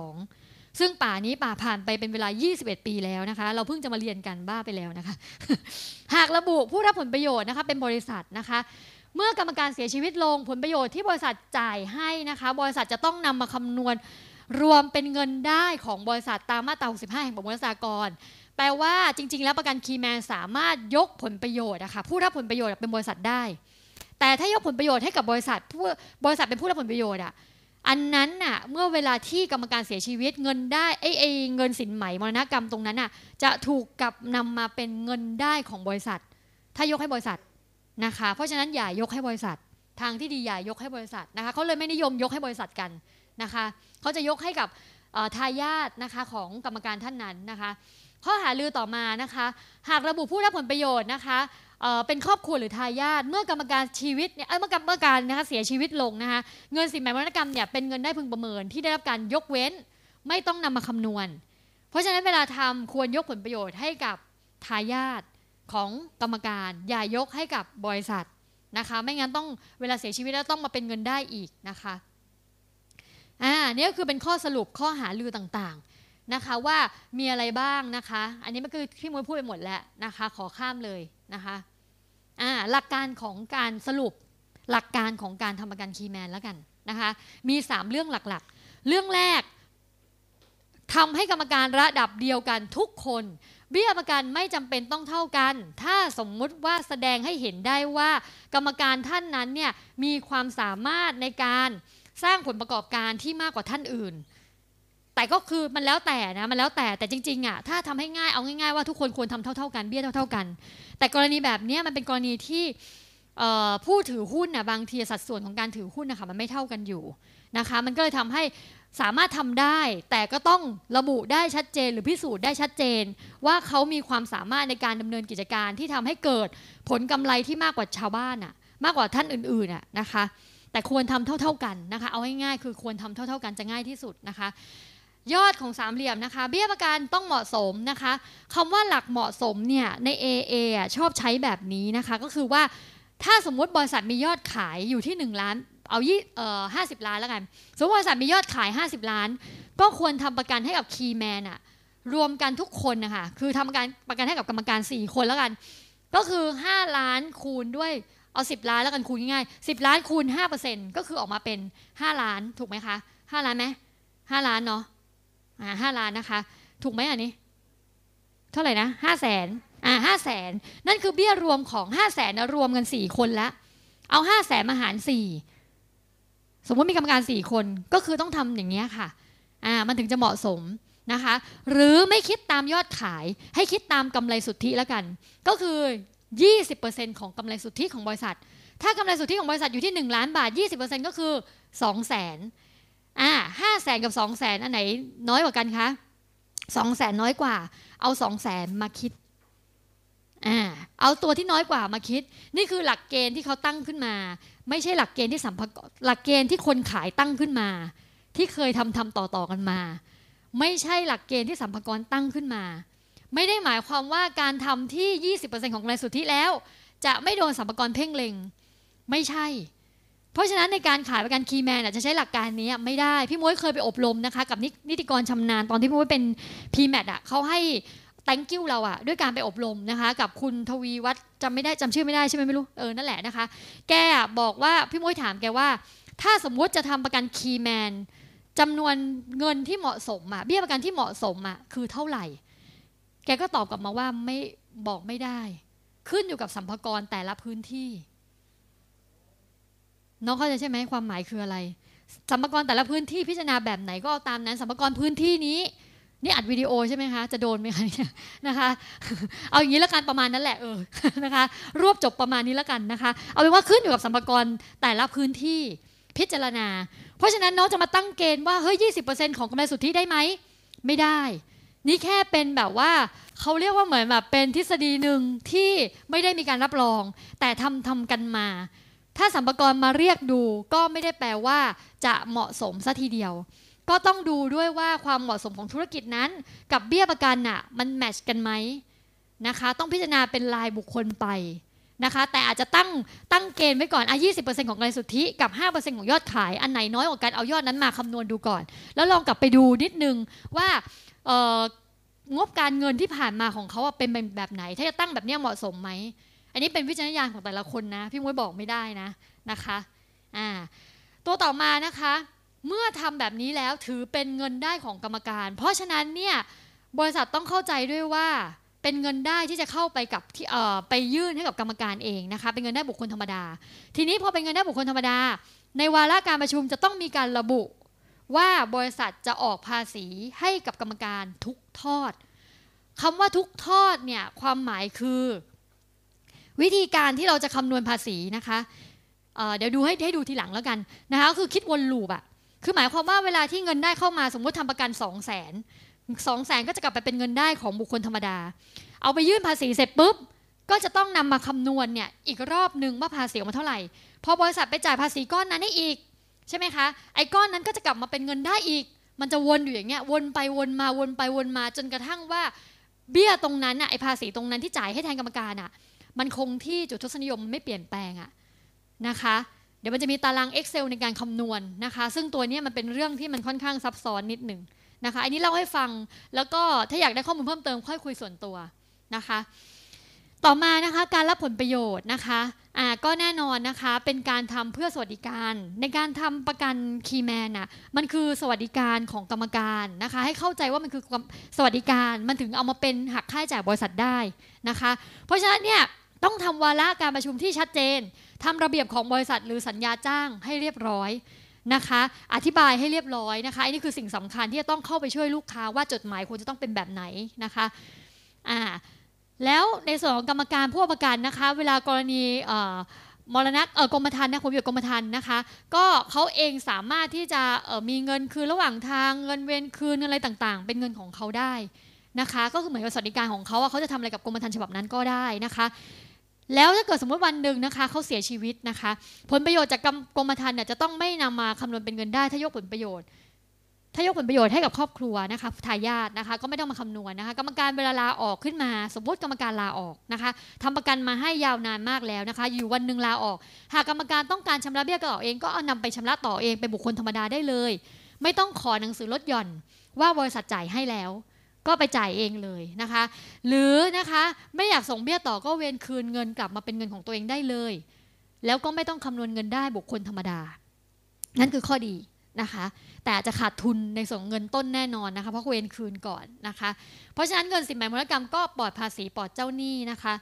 42ซึ่งป่านี้ผ่านไปเป็นเวลา21ปีแล้วนะคะเราเพิ่งจะมาเรียนกันบ้าไปแล้วนะคะหากระบุผู้รับผลประโยชน์นะคะเป็นบริษัทนะคะเมื่อกรรมการเสียชีวิตลงผลประโยชน์ที่บริษัทจ่ายให้นะคะบริษัทจะต้องนำมาคำนวณรวมเป็นเงินได้ของบริษัทตามมาตรา65แห่งประมวลกฎสากลแปลว่าจริงๆแล้วประกันคีย์แมนสามารถยกผลประโยชน์นะคะผู้รับผลประโยชน์เป็นบริษัทได้แต่ถ้ายกผลประโยชน์ให้กับบริษัทเป็นผู้รับผลประโยชน์อันนั้นน่ะเมื่อเวลาที่กรรมการเสียชีวิตเงินได้เงินสินไหมมรณกรรมตรงนั้นน่ะจะถูกกลับนำมาเป็นเงินได้ของบริษัทถ้ายกให้บริษัทนะคะเพราะฉะนั้นอย่ายกให้บริษัททางที่ดีอย่ายกให้บริษัทนะคะเขาเลยไม่นิยมยกให้บริษัทกันนะคะเขาจะยกให้กับทายาทนะคะของกรรมการท่านนั้นนะคะข้อหาลือต่อมานะคะหากระบุผู้รับผลประโยชน์นะคะเป็นครอบครัวหรือทายาทเมื่อกรรมการชีวิตเนี่ยเมื่อกรรมการนะคะเสียชีวิตลงนะคะเงินสินไหมมรณกรรมเนี่ยเป็นเงินได้พึงประเมินที่ได้รับการยกเว้นไม่ต้องนำมาคำนวณเพราะฉะนั้นเวลาทำควรยกผลประโยชน์ให้กับทายาทของกรรมการอย่ายกให้กับบริษัทนะคะไม่งั้นต้องเวลาเสียชีวิตแล้วต้องมาเป็นเงินได้อีกนะคะนี่ก็คือเป็นข้อสรุปข้อหาลือต่างๆนะคะว่ามีอะไรบ้างนะคะอันนี้มันคือพี่มวยพูดไปหมดแล้วนะคะขอข้ามเลยนะคะหลักการของการสรุปหลักการของการทำประกันคีย์แมนแล้วกันนะคะมี3เรื่องหลักๆเรื่องแรกทำให้กรรมการระดับเดียวกันทุกคนเบี้ยประกันไม่จำเป็นต้องเท่ากันถ้าสมมุติว่าแสดงให้เห็นได้ว่ากรรมการท่านนั้นเนี่ยมีความสามารถในการสร้างผลประกอบการที่มากกว่าท่านอื่นแต่ก็คือมันแล้วแต่นะมันแล้วแต่จริงๆถ้าทำให้ง่ายเอาง่ายๆว่าทุกคนควรทำเท่าๆกันเบี้ยเท่าๆกันแต่กรณีแบบนี้มันเป็นกรณีที่ผู้ถือหุ้นบางทีสัดส่วนของการถือหุ้นนะคะมันไม่เท่ากันอยู่นะคะมันก็เลยทำให้สามารถทำได้แต่ก็ต้องระบุได้ชัดเจนหรือพิสูจน์ได้ชัดเจนว่าเขามีความสามารถในการดำเนินกิจการที่ทำให้เกิดผลกำไรที่มากกว่าชาวบ้านมากกว่าท่านอื่นๆนะคะแต่ควรทำเท่าๆกันนะคะเอาง่ายๆคือควรทำเท่าๆกันจะง่ายที่สุดนะคะยอดของสามเหลี่ยมนะคะเบี้ยประกันต้องเหมาะสมนะคะคำว่าหลักเหมาะสมเนี่ยใน AA ชอบใช้แบบนี้นะคะก็คือว่าถ้าสมมุติบริษัทมียอดขายอยู่ที่1 ล้านเอา50 ล้านแล้วกันสมมติบริษัทมียอดขาย50 ล้านก็ควรทำประกันให้กับคีย์แมนรวมกันทุกคนนะคะคือทำประกันให้กับกรรมการ4 คนแล้วกันก็คือ5 ล้านคูณด้วยเอา10 ล้านแล้วกันคูณง่ายๆ10 ล้านคูณ 5% ก็คือออกมาเป็น5 ล้านถูกไหมคะ5 ล้านไหม5 ล้านเนาะ5 ล้านนะคะถูกไหมอันนี้เท่าไหร่นะ500,000 500,000นั่นคือเบี้ยรวมของ500,000รวมกัน4 คนแล้วเอา500,000มาหาร4สมมติมีกรรมการ4 คนก็คือต้องทำอย่างนี้ค่ะมันถึงจะเหมาะสมนะคะหรือไม่คิดตามยอดขายให้คิดตามกำไรสุทธิแล้วกันก็คือ 20% ของกำไรสุทธิของบริษัทถ้ากำไรสุทธิของบริษัทอยู่ที่1 ล้านบาท 20% ก็คือ 200,000 500,000 กับ 200,000 อันไหนน้อยกว่ากันคะ 200,000 น้อยกว่าเอา 200,000 มาคิดเอาตัวที่น้อยกว่ามาคิดนี่คือหลักเกณฑ์ที่เขาตั้งขึ้นมาไม่ใช่หลักเกณฑ์ที่หลักเกณฑ์ที่คนขายตั้งขึ้นมาที่เคยทำต่อกันมาไม่ใช่หลักเกณฑ์ที่สรรพากรตั้งขึ้นมาไม่ได้หมายความว่าการทำที่ 20% ของกำไรสุทธิแล้วจะไม่โดนสรรพากรเพ่งเล็งไม่ใช่เพราะฉะนั้นในการขายประกันคีย์แมนจะใช้หลักการนี้ไม่ได้พี่ม้วยเคยไปอบรมนะคะกับนิติกรชำนาญตอนที่พี่ม้วยเป็น PMAT เขาให้ thank you เราอะด้วยการไปอบรมนะคะกับคุณทวีวัฒน์จำชื่อไม่ได้ใช่ไหมไม่รู้นั่นแหละนะคะแกบอกว่าพี่มุ้ยถามแกว่าถ้าสมมุติจะทำประกันคีย์แมนจำนวนเงินที่เหมาะสมอะเบี้ยประกันที่เหมาะสมอะคือเท่าไหร่แกก็ตอบกลับมาว่าไม่บอกไม่ได้ขึ้นอยู่กับสรรพากรแต่ละพื้นที่น้องเข้าใจใช่ไหมความหมายคืออะไรสรรพากรแต่ละพื้นที่พิจารณาแบบไหนก็เอาตามนั้นสรรพากรพื้นที่นี้นี่อัดวิดีโอใช่ไหมคะจะโดนไหมคะเนี่ยนะคะเอาอย่างนี้ละกันประมาณนั้นแหละนะคะรวบจบประมาณนี้ละกันนะคะเอาเป็นว่าขึ้นอยู่กับสรรพากรแต่ละพื้นที่พิจารณาเพราะฉะนั้นน้องจะมาตั้งเกณฑ์ว่าเฮ้ย 20% ของกำไรสุทธิได้ไหมไม่ได้นี่แค่เป็นแบบว่าเขาเรียกว่าเหมือนแบบเป็นทฤษฎีหนึ่งที่ไม่ได้มีการรับรองแต่ทำกันมาถ้าสรรพากรมาเรียกดูก็ไม่ได้แปลว่าจะเหมาะสมซะทีเดียวก็ต้องดูด้วยว่าความเหมาะสมของธุรกิจนั้นกับเบี้ยประกันน่ะมันแมทช์กันไหมนะคะต้องพิจารณาเป็นรายบุคคลไปนะคะแต่อาจจะตั้งเกณฑ์ไว้ก่อน20% ของกำไรสุทธิกับ 5% ของยอดขายอันไหนน้อยกว่ากันเอายอดนั้นมาคำนวณดูก่อนแล้วลองกลับไปดูนิดนึงว่างบการเงินที่ผ่านมาของเขาเป็นแบบไหนถ้าจะตั้งแบบนี้เหมาะสมไหมอันนี้เป็นวิจารณญาณของแต่ละคนนะพี่มุ้ยบอกไม่ได้นะคะตัวต่อมานะคะเมื่อทำแบบนี้แล้วถือเป็นเงินได้ของกรรมการเพราะฉะนั้นเนี่ยบริษัทต้องเข้าใจด้วยว่าเป็นเงินได้ที่จะเข้าไปกับที่ไปยื่นให้กับกรรมการเองนะคะเป็นเงินได้บุคคลธรรมดาทีนี้พอเป็นเงินได้บุคคลธรรมดาในวาระการประชุมจะต้องมีการระบุว่าบริษัทจะออกภาษีให้กับกรรมการทุกทอดคำว่าทุกทอดเนี่ยความหมายคือวิธีการที่เราจะคำนวณภาษีนะคะเดี๋ยวดูให้ดูทีหลังแล้วกันนะคะก็คือคิดวนลูปคือหมายความว่าเวลาที่เงินได้เข้ามาสมมติทำประกัน 200,000 ก็จะกลับไปเป็นเงินได้ของบุคคลธรรมดาเอาไปยื่นภาษีเสร็จปุ๊บก็จะต้องนำมาคำนวณเนี่ยอีกรอบนึงว่าภาษีออกมาเท่าไหร่พอบริษัทไปจ่ายภาษีก้อนนั้นให้อีกใช่ไหมคะไอ้ก้อนนั้นก็จะกลับมาเป็นเงินได้อีกมันจะวนอยู่อย่างเงี้ยวนไปวนมาวนไปวนมาจนกระทั่งว่าเบี้ยตรงนั้นไอ้ภาษีตรงนั้นที่จ่ายให้แทนกรรมการมันคงที่จุดทศนิยมไม่เปลี่ยนแปลงนะคะเดี๋ยวมันจะมีตาราง Excel ในการคำนวณนะคะซึ่งตัวนี้มันเป็นเรื่องที่มันค่อนข้างซับซ้อนนิดหนึ่งนะคะอันนี้เล่าให้ฟังแล้วก็ถ้าอยากได้ข้อมูลเพิ่มเติมค่อยคุยส่วนตัวนะคะต่อมานะคะการรับผลประโยชน์นะคะก็แน่นอนนะคะเป็นการทำเพื่อสวัสดิการในการทำประกันคีย์แมนมันคือสวัสดิการของกรรมการนะคะให้เข้าใจว่ามันคือสวัสดิการมันถึงเอามาเป็นหักค่าใช้จ่ายบริษัทได้นะคะเพราะฉะนั้นเนี่ยต้องทำวาระการประชุมที่ชัดเจนทำระเบียบของบริษัทหรือสัญญาจ้างให้เรียบร้อยนะคะอธิบายให้เรียบร้อยนะคะอันนี้คือสิ่งสำคัญที่จะต้องเข้าไปช่วยลูกค้าว่าจดหมายควรจะต้องเป็นแบบไหนนะคะแล้วในส่วนของกรรมการผู้ประกันนะคะเวลากรณีมรณะกรมธรรม์นะผมอยู่กรมธรรม์นะคะก็เขาเองสามารถที่จะมีเงินคืนระหว่างทางเงินเวรคืนอะไรต่างๆเป็นเงินของเขาได้นะคะก็คือเหมือนกับสวัสดิการของเขาว่าเขาจะทำอะไรกับกรมธรรม์ฉบับนั้นก็ได้นะคะแล้วถ้าเกิดสมมติวันหนึ่งนะคะเขาเสียชีวิตนะคะผลประโยชน์จากกรมธรรม์เนี่ยจะต้องไม่นำมาคำนวณเป็นเงินได้ถ้ายกผลประโยชน์ให้กับครอบครัวนะคะทายาทนะคะก็ไม่ต้องมาคำนวณนะคะกรรมการเวลาลาออกขึ้นมาสมมติกรรมการลาออกนะคะทำประกันมาให้ยาวนานมากแล้วนะคะอยู่วันหนึ่งลาออกหากกรรมการต้องการชำระเบี้ยต่อเองก็เอานำไปชำระต่อเองเป็นบุคคลธรรมดาได้เลยไม่ต้องขอหนังสือลดหย่อนว่าบริษัทจ่ายให้แล้วก็ไปจ่ายเองเลยนะคะหรือนะคะไม่อยากส่งเบี้ยต่อก็เวรคืนเงินกลับมาเป็นเงินของตัวเองได้เลยแล้วก็ไม่ต้องคำนวณเงินได้บุคคลธรรมดานั่นคือข้อดีนะคะแต่อาจจะขาดทุนในส่วนเงินต้นแน่นอนนะคะเพราะเวรคืนก่อนนะคะเพราะฉะนั้นเงินสินไหมมูลกรรมก็ปลอดภาษีปลอดเจ้าหนี้นะคะ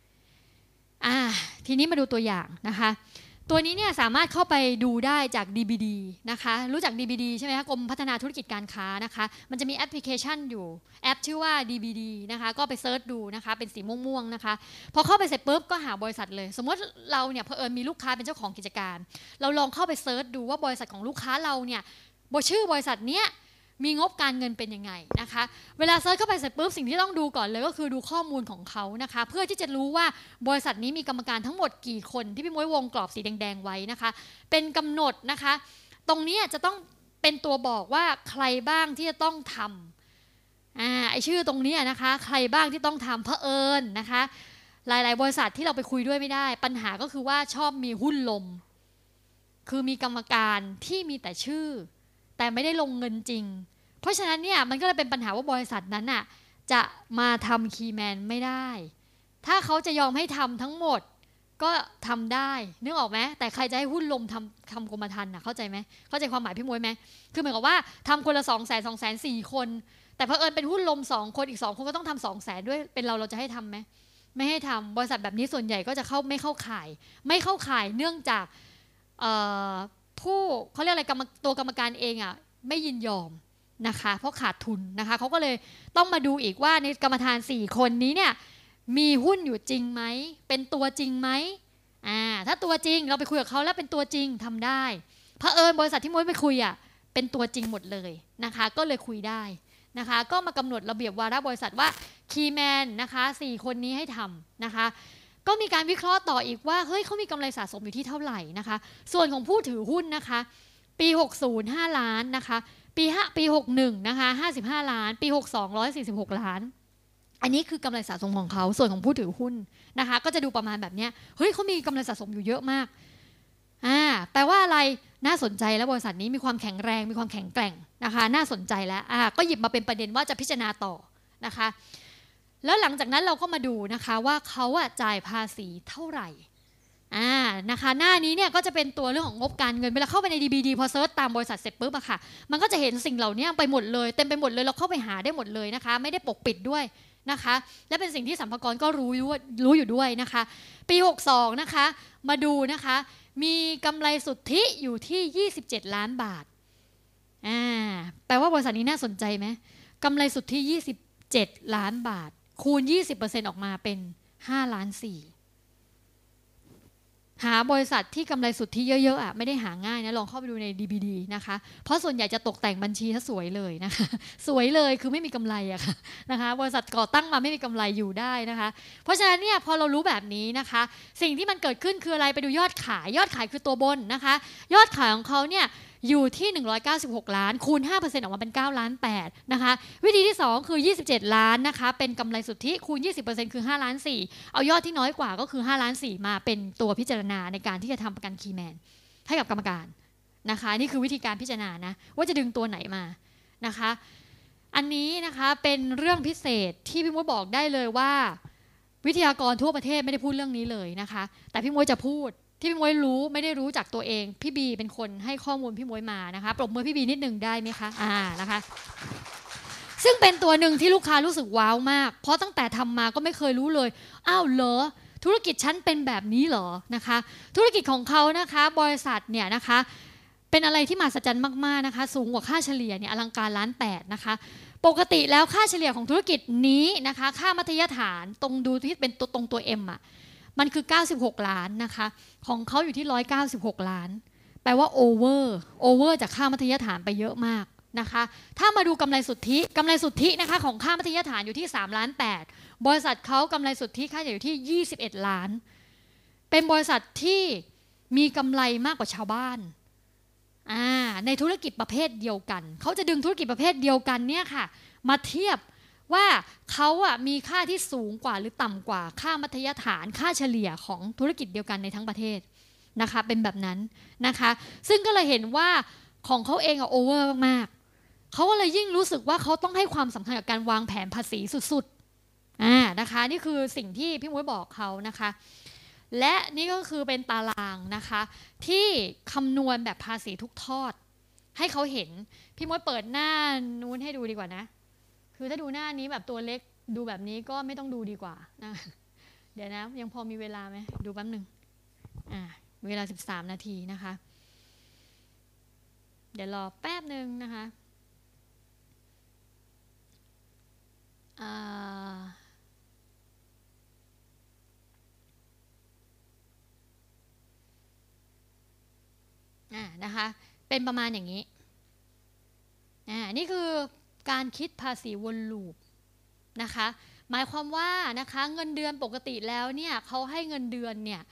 ทีนี้มาดูตัวอย่างนะคะตัวนี้เนี่ยสามารถเข้าไปดูได้จาก DBD นะคะรู้จัก DBD ใช่ไหมคะกรมพัฒนาธุรกิจการค้านะคะมันจะมีแอปพลิเคชันอยู่แอปชื่อว่า DBD นะคะก็ไปเซิร์ชดูนะคะเป็นสีม่วงๆนะคะพอเข้าไปเสร็จปุ๊บก็หาบริษัทเลยสมมติเราเนี่ยเผอิญมีลูกค้าเป็นเจ้าของกิจการเราลองเข้าไปเซิร์ชดูว่าบริษัทของลูกค้าเราเนี่ยชื่อบริษัทเนี้ยมีงบการเงินเป็นยังไงนะคะเวลาเซิร์ชเข้าไปเสร็จปุ๊บสิ่งที่ต้องดูก่อนเลยก็คือดูข้อมูลของเขานะคะเพื่อที่จะรู้ว่าบริษัทนี้มีกรรมการทั้งหมดกี่คนที่พี่ม้วยวงกรอบสีแดงๆไว้นะคะเป็นกำหนดนะคะตรงนี้จะต้องเป็นตัวบอกว่าใครบ้างที่จะต้องทำไอชื่อตรงนี้นะคะใครบ้างที่ต้องทำเผอิญนะคะหลายๆบริษัทที่เราไปคุยด้วยไม่ได้ปัญหาก็คือว่าชอบมีหุ้นลมคือมีกรรมการที่มีแต่ชื่อแต่ไม่ได้ลงเงินจริงเพราะฉะนั้นเนี่ยมันก็เลยเป็นปัญหาว่าบริษัทนั้นจะมาทำคีย์แมนไม่ได้ถ้าเขาจะยอมให้ทำทั้งหมดก็ทำได้นึกออกไหมแต่ใครจะให้หุ้นลมทำกรมธรรม์เข้าใจไหมเข้าใจความหมายพี่มวยไหมคือเหมือนกับว่าทำคนละ200,000 4 คนแต่เผอิญเป็นหุ้นลม2 คนอีก2 คนก็ต้องทำ200,000ด้วยเป็นเราจะให้ทำไหมไม่ให้ทำบริษัทแบบนี้ส่วนใหญ่ก็จะไม่เข้าข่ายเนื่องจากผู้เขาเรียกอะไรตัวกรรมการเองไม่ยินยอมนะคะเพราะขาดทุนนะคะเขาก็เลยต้องมาดูอีกว่าในกรรมธาร4 คนนี้เนี่ยมีหุ้นอยู่จริงไหมเป็นตัวจริงไหมถ้าตัวจริงเราไปคุยกับเขาแล้วเป็นตัวจริงทำได้เผอิญบริษัทที่มวยไปคุยเป็นตัวจริงหมดเลยนะคะก็เลยคุยได้นะคะก็มากำหนดระเบียบวาระบริษัทว่าคีย์แมนนะคะ4 คนนี้ให้ทำนะคะก็มีการวิเคราะห์ต่ออีกว่าเฮ้ยเขามีกำไรสะสมอยู่ที่เท่าไหร่นะคะส่วนของผู้ถือหุ้นนะคะปี60 5 ล้านนะคะปี61นะคะ55 ล้านปี62 146 ล้านอันนี้คือกำไรสะสมของเขาส่วนของผู้ถือหุ้นนะคะก็จะดูประมาณแบบนี้เฮ้ยเขามีกำไรสะสมอยู่เยอะมากแปลว่าอะไรน่าสนใจแล้วบริษัทนี้มีความแข็งแรงมีความแข็งแกร่งนะคะน่าสนใจแล้วก็หยิบมาเป็นประเด็นว่าจะพิจารณาต่อนะคะแล้วหลังจากนั้นเราก็มาดูนะคะว่าเขาจ่ายภาษีเท่าไหร่นะคะหน้านี้เนี่ยก็จะเป็นตัวเรื่องของงบการเงินเวลาเข้าไปใน DBD พอเซิร์ชตามบริษัทเสร็จปุ๊บค่ะมันก็จะเห็นสิ่งเหล่านี้ไปหมดเลยเต็มไปหมดเลยเราเข้าไปหาได้หมดเลยนะคะไม่ได้ปกปิดด้วยนะคะและเป็นสิ่งที่สรรพากรก็รู้อยู่ด้วยนะคะปี62นะคะมาดูนะคะมีกำไรสุทธิอยู่ที่27 ล้านบาทแปลว่าบริษัทนี้น่าสนใจไหมกำไรสุทธิ27 ล้านบาทคูณ 20% ออกมาเป็น5 ล้าน 4หาบริษัทที่กำไรสุทธิเยอะๆไม่ได้หาง่ายนะลองเข้าไปดูใน DBD นะคะเพราะส่วนใหญ่จะตกแต่งบัญชีถ้าสวยเลยนะคะสวยเลยคือไม่มีกำไรค่ะนะคะบริษัทก่อตั้งมาไม่มีกำไรอยู่ได้นะคะเพราะฉะนั้นเนี่ยพอเรารู้แบบนี้นะคะสิ่งที่มันเกิดขึ้นคืออะไรไปดูยอดขายคือตัวบนนะคะยอดขายของเขาเนี่ยอยู่ที่196 ล้านคูณ 5% ออกมาเป็น9 ล้าน 8นะคะวิธีที่2คือ27 ล้านนะคะเป็นกำไรสุทธิคูณ 20% คือ5 ล้าน 4เอายอดที่น้อยกว่าก็คือ5 ล้าน 4มาเป็นตัวพิจารณาในการที่จะทำประกันคีย์แมนให้กับกรรมการนะคะนี่คือวิธีการพิจารณานะว่าจะดึงตัวไหนมานะคะอันนี้นะคะเป็นเรื่องพิเศษที่พี่มวยบอกได้เลยว่าวิทยากรทั่วประเทศไม่ได้พูดเรื่องนี้เลยนะคะแต่พี่มวยจะพูดที่พี่มวยรู้ไม่ได้รู้จากตัวเองพี่บีเป็นคนให้ข้อมูลพี่มวยมานะคะปรบมือพี่บีนิดนึงได้ไหมคะนะคะซึ่งเป็นตัวหนึ่งที่ลูกค้ารู้สึกว้าวมากเพราะตั้งแต่ทำมาก็ไม่เคยรู้เลยอ้าวเหรอธุรกิจฉันเป็นแบบนี้เหรอนะคะธุรกิจของเขานะคะบริษัทเนี่ยนะคะเป็นอะไรที่มหัศจรรย์มากๆนะคะสูงกว่าค่าเฉลี่ยเนี่ยอลังการ1.8 ล้านนะคะปกติแล้วค่าเฉลี่ยของธุรกิจนี้นะคะค่ามัธยฐานตรงดูที่เป็นตัว M มันคือ96 ล้านนะคะของเขาอยู่ที่196 ล้านแปลว่าโอเวอร์จากค่ามัธยฐานไปเยอะมากนะคะถ้ามาดูกำไรสุทธินะคะของค่ามัธยฐานอยู่ที่3 ล้าน 8บริษัทเขากำไรสุทธิค่าเฉลี่ยอยู่ที่21 ล้านเป็นบริษัทที่มีกำไรมากกว่าชาวบ้านในธุรกิจประเภทเดียวกันเขาจะดึงธุรกิจประเภทเดียวกันเนี่ยค่ะมาเทียบว่าเขามีค่าที่สูงกว่าหรือต่ำกว่าค่ามัธยฐานค่าเฉลี่ยของธุรกิจเดียวกันในทั้งประเทศนะคะเป็นแบบนั้นนะคะซึ่งก็เลยเห็นว่าของเขาเองโอเวอร์มากๆเขาก็เลยยิ่งรู้สึกว่าเขาต้องให้ความสำคัญกับการวางแผนภาษีสุดๆนะคะนี่คือสิ่งที่พี่มุ้ยบอกเขานะคะและนี่ก็คือเป็นตารางนะคะที่คำนวณแบบภาษีทุกทอดให้เขาเห็นพี่มุ้ยเปิดหน้านู้นให้ดูดีกว่านะคือถ้าดูหน้านี้แบบตัวเล็กดูแบบนี้ก็ไม่ต้องดูดีกว่านะเดี๋ยวนะยังพอมีเวลาไหมดูแป๊บนึงเวลา13 นาทีนะคะเดี๋ยวรอแป๊บนึงนะคะนะคะเป็นประมาณอย่างนี้นี่คือการคิดภาษีวนลูปนะคะหมายความว่านะคะเงินเดือนปกติแล้วเนี่ยเขาให้เงินเดือนเนี่ย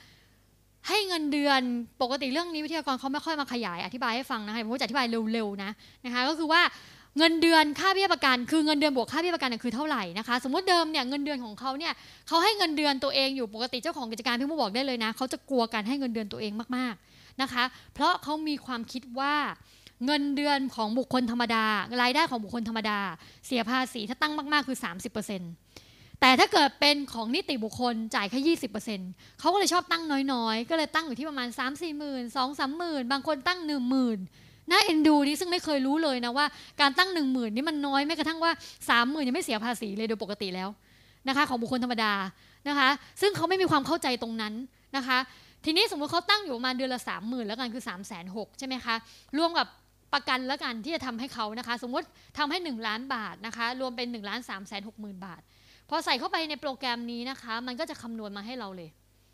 ปกติเรื่องนี้วิทยากรเขาไม่ค่อยมาขยายอธิบายให้ฟังนะคะผมจะอธิบายเร็วๆนะคะก็คือว่าเงินเดือนค่าเบี้ยประกันคือเงินเดือนบวกค่าเบี้ยประกันคือเท่าไหร่นะคะสมมติเดิมเนี่ยเงินเดือนของเขาเนี่ยเขาให้เงินเดือนตัวเองอยู่ปกติเจ้าของกิจการพี่มุ้ยบอกได้เลยนะเขาจะกลัวการให้เงินเดือนตัวเองมากๆนะคะเพราะเขามีความคิดว่าเงินเดือนของบุคคลธรรมดารายได้ของบุคคลธรรมดาเสียภาษีถ้าตั้งมากๆคือ 30%แต่ถ้าเกิดเป็นของนิติบุคคลจ่ายแค่ 20%เขาก็เลยชอบตั้งน้อยๆก็เลยตั้งอยู่ที่ประมาณ 3-4 หมื่น 2-3 หมื่นบางคนตั้ง 10,000น่าเอ็นดูนี่ซึ่งไม่เคยรู้เลยนะว่าการตั้ง 10,000นี่มันน้อยแม้กระทั่งว่า 30,000ยังไม่เสียภาษีเลยโดยปกติแล้วนะคะของบุคคลธรรมดานะคะซึ่งเขาไม่มีความเข้าใจตรงนั้นนะคะทีนี้สมมติเขาตั้งอยู่ประมาณเดือนละ 30,000แล้วกันคือ 360,000 ใช่ไหมคะรวมกับประกันแล้วกันที่จะทำให้เขานะคะสมมติทำให้1 ล้านบาทนะคะรวมเป็น 1,360,000 บาทพอใส่เข้าไปในโปรแกรมนี้นะคะมันก็จะคำนวณมาให้เราเลย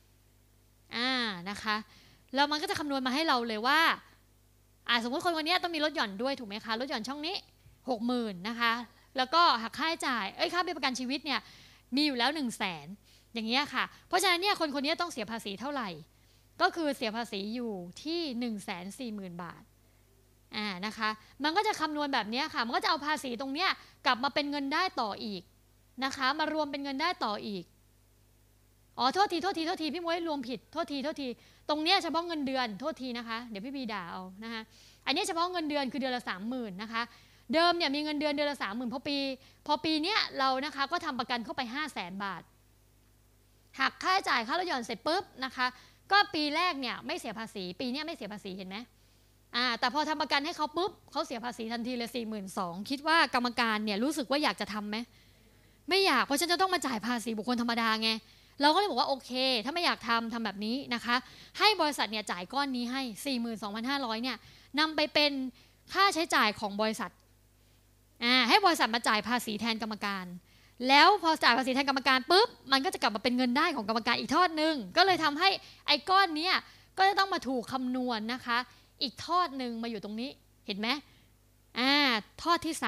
นะคะแล้วมันก็จะคำนวณมาให้เราเลยว่าสมมติคนนี้ต้องมีลดหย่อนด้วยถูกไหมคะลดหย่อนช่องนี้ 60,000 นะคะแล้วก็หักค่าใช้จ่ายค่าเบี้ยประกันชีวิตเนี่ยมีอยู่แล้ว 100,000 อย่างเงี้ยค่ะเพราะฉะนั้นเนี่ยคนนี้ต้องเสียภาษีเท่าไหร่ก็คือเสียภาษีอยู่ที่ 140,000 บาทนะคะมันก็จะคำนวณแบบนี้ค่ะมันก็จะเอาภาษีตรงเนี้ยกลับมาเป็นเงินได้ต่ออีกนะคะมารวมเป็นเงินได้ต่ออีกโทษทีพี่ม้วยรวมผิดโทษทีตรงเนี้ยเฉพาะเงินเดือนโทษทีนะคะเดี๋ยวพี่บีด่าเอานะคะอันนี้เฉพาะเงินเดือนคือเดือนละ 30,000 นะคะเดิมเนี่ยมีเงินเดือนเดือนละ 30,000พอปีเนี้ยเรานะคะก็ทำประกันเข้าไป 500,000 บาทหักค่าใช้จ่ายค่าลดหย่อนเสร็จปุ๊บนะคะก็ปีแรกเนี่ยไม่เสียภาษีปีนี้ไม่เสียภาษีเห็นไหมแต่พอทำประกันให้เขาปุ๊บเขาเสียภาษีทันทีเลย 42,000 คิดว่ากรรมการเนี่ยรู้สึกว่าอยากจะทำไหมไม่อยากเพราะฉันจะต้องมาจ่ายภาษีบุคคลธรรมดาไงเราก็เลยบอกว่าโอเคถ้าไม่อยากทำแบบนี้นะคะให้บริษัทเนี่ยจ่ายก้อนนี้ให้ 42,500 เนี่ยนำไปเป็นค่าใช้จ่ายของบริษัทให้บริษัทมาจ่ายภาษีแทนกรรมการแล้วพอจ่ายภาษีแทนกรรมการปุ๊บมันก็จะกลับมาเป็นเงินได้ของกรรมการอีกทอดนึงก็เลยทำให้ไอ้ก้อนนี้ก็จะต้องมาถูกคำนวณนะคะอีกทอดนึงมาอยู่ตรงนี้เห็นไหมทอดที่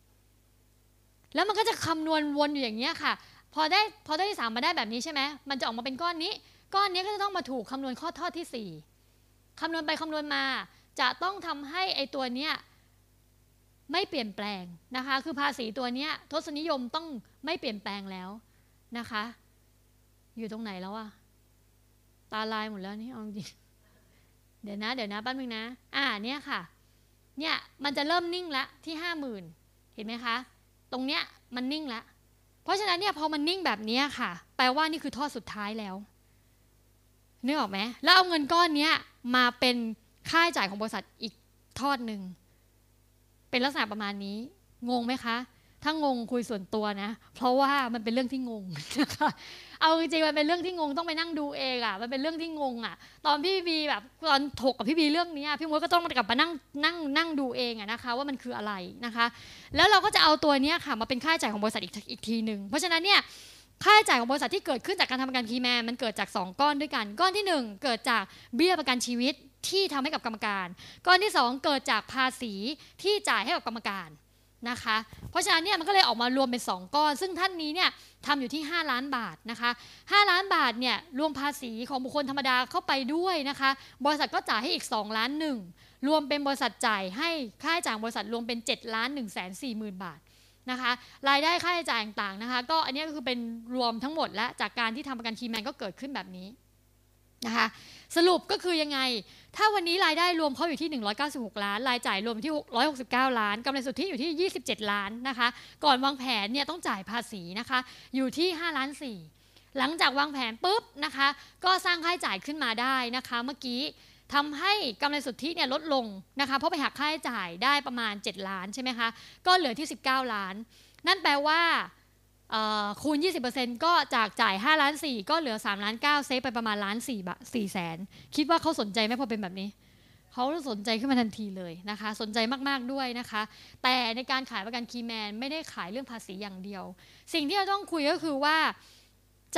3แล้วมันก็จะคำนวณวนอยู่อย่างเงี้ยค่ะพอได้ที่3มาได้แบบนี้ใช่ไหมมันจะออกมาเป็นก้อนนี้ก็จะต้องมาถูกคำนวณข้อทอดที่4คำนวณไปคำนวณมาจะต้องทำให้ไอ้ตัวเนี้ยไม่เปลี่ยนแปลงนะคะคือภาษีตัวเนี้ยทศนิยมต้องไม่เปลี่ยนแปลงแล้วนะคะอยู่ตรงไหนแล้วอะตาลายหมดแล้วนี่เอาจริงเดี๋ยวนะแป๊บนึงนะเนี่ยค่ะเนี่ยมันจะเริ่มนิ่งละที่ 50,000 เห็นไหมคะตรงเนี้ยมันนิ่งละเพราะฉะนั้นเนี่ยพอมันนิ่งแบบนี้ค่ะแปลว่านี่คือทอดสุดท้ายแล้วนึกออกไหมแล้วเอาเงินก้อนนี้มาเป็นค่าใช้จ่ายของบริษัทอีกทอดหนึ่งเป็นลักษณะประมาณนี้งงไหมคะถ้างงคุยส่วนตัวนะเพราะว่ามันเป็นเรื่องที่งงนะคะเอาจริงๆมันเป็นเรื่องที่งงต้องไปนั่งดูเองมันเป็นเรื่องที่งงตอนพี่บีแบบตอนถกกับพี่บีเรื่องนี้พี่มวยก็ต้องกลับมานั่งดูเองนะคะว่ามันคืออะไรนะคะแล้วเราก็จะเอาตัวนี้ค่ะมาเป็นค่าใช้จ่ายของบริษัทอีกทีนึงเพราะฉะนั้นเนี่ยค่าใช้จ่ายของบริษัทที่เกิดขึ้นจากการทำประกันคีย์แมนมันเกิดจาก2ก้อนด้วยกันก้อนที่1เกิดจากเบี้ยประกันชีวิตที่ทำให้กับกรรมการก้อนที่2เกิดจากภาษีที่จ่ายให้กับกรรมการนะคะเพราะฉะนั้นเนี่ยมันก็เลยออกมารวมเป็น2ก้อนซึ่งท่านนี้เนี่ยทำอยู่ที่5 ล้านบาทนะคะ5 ล้านบาทเนี่ยรวมภาษีของบุคคลธรรมดาเข้าไปด้วยนะคะบริษัทก็จ่ายให้อีก2 ล้าน1รวมเป็นบริษัทจ่ายให้ค่าใช้จ่ายบริษัทรวมเป็น7,140,000 บาทนะคะรายได้ค่าใช้จ่ายต่างๆนะคะก็อันนี้ก็คือเป็นรวมทั้งหมดและจากการที่ทำประกันคีย์แมนก็เกิดขึ้นแบบนี้นะคะสรุปก็คือยังไงถ้าวันนี้รายได้รวมเขาอยู่ที่196 ล้านรายจ่ายรวมที่669 ล้านกำไรสุทธิอยู่ที่27 ล้านนะคะก่อนวางแผนเนี่ยต้องจ่ายภาษีนะคะอยู่ที่5 ล้าน 4หลังจากวางแผนปุ๊บนะคะก็สร้างค่าใช้จ่ายขึ้นมาได้นะคะเมื่อกี้ทำให้กำไรสุทธิเนี่ยลดลงนะคะเพราะไปหักค่าใช้จ่ายได้ประมาณ7 ล้านใช่ไหมคะก็เหลือที่19 ล้านนั่นแปลว่าคูณ 20% ก็จากจ่าย5 ล้าน 4ก็เหลือ3 ล้าน 9เซฟไปประมาณ1 ล้าน 4 แสนคิดว่าเขาสนใจไหมพอเป็นแบบนี้เขาสนใจขึ้นมาทันทีเลยนะคะสนใจมากๆด้วยนะคะแต่ในการขายประกันคีย์แมนไม่ได้ขายเรื่องภาษีอย่างเดียวสิ่งที่เราต้องคุยก็คือว่าใจ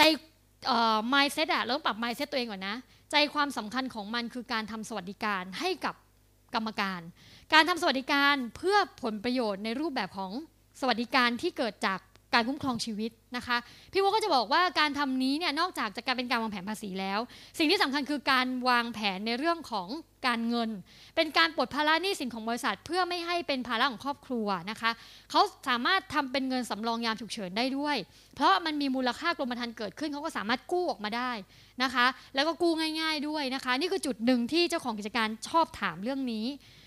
mindset เราต้องปรับ mindset ตัวเองก่อนนะใจความสำคัญของมันคือการทำสวัสดิการให้กับกรรมการการทำสวัสดิการเพื่อผลประโยชน์ในรูปแบบของสวัสดิการที่เกิดจากการคุ้มครองชีวิตนะคะพี่ว่าก็จะบอกว่าการทำนี้เนี่ยนอกจากจะการเป็นการวางแผนภาษีแล้วสิ่งที่สำคัญคือการวางแผนในเรื่องของการเงินเป็นการปลดภาระหนี้สินของบริษัทเพื่อไม่ให้เป็นภาระของครอบครัวนะคะเขาสามารถทำเป็นเงินสำรองยามฉุกเฉินได้ด้วยเพราะมันมีมูลค่ากรมธรรม์เกิดขึ้นเขาก็สามารถกู้ออกมาได้นะคะแล้วก็กู้ง่ายๆด้วยนะคะนี่คือจุดหนึ่งที่เจ้าของกิจการชอบถามเรื่องนี้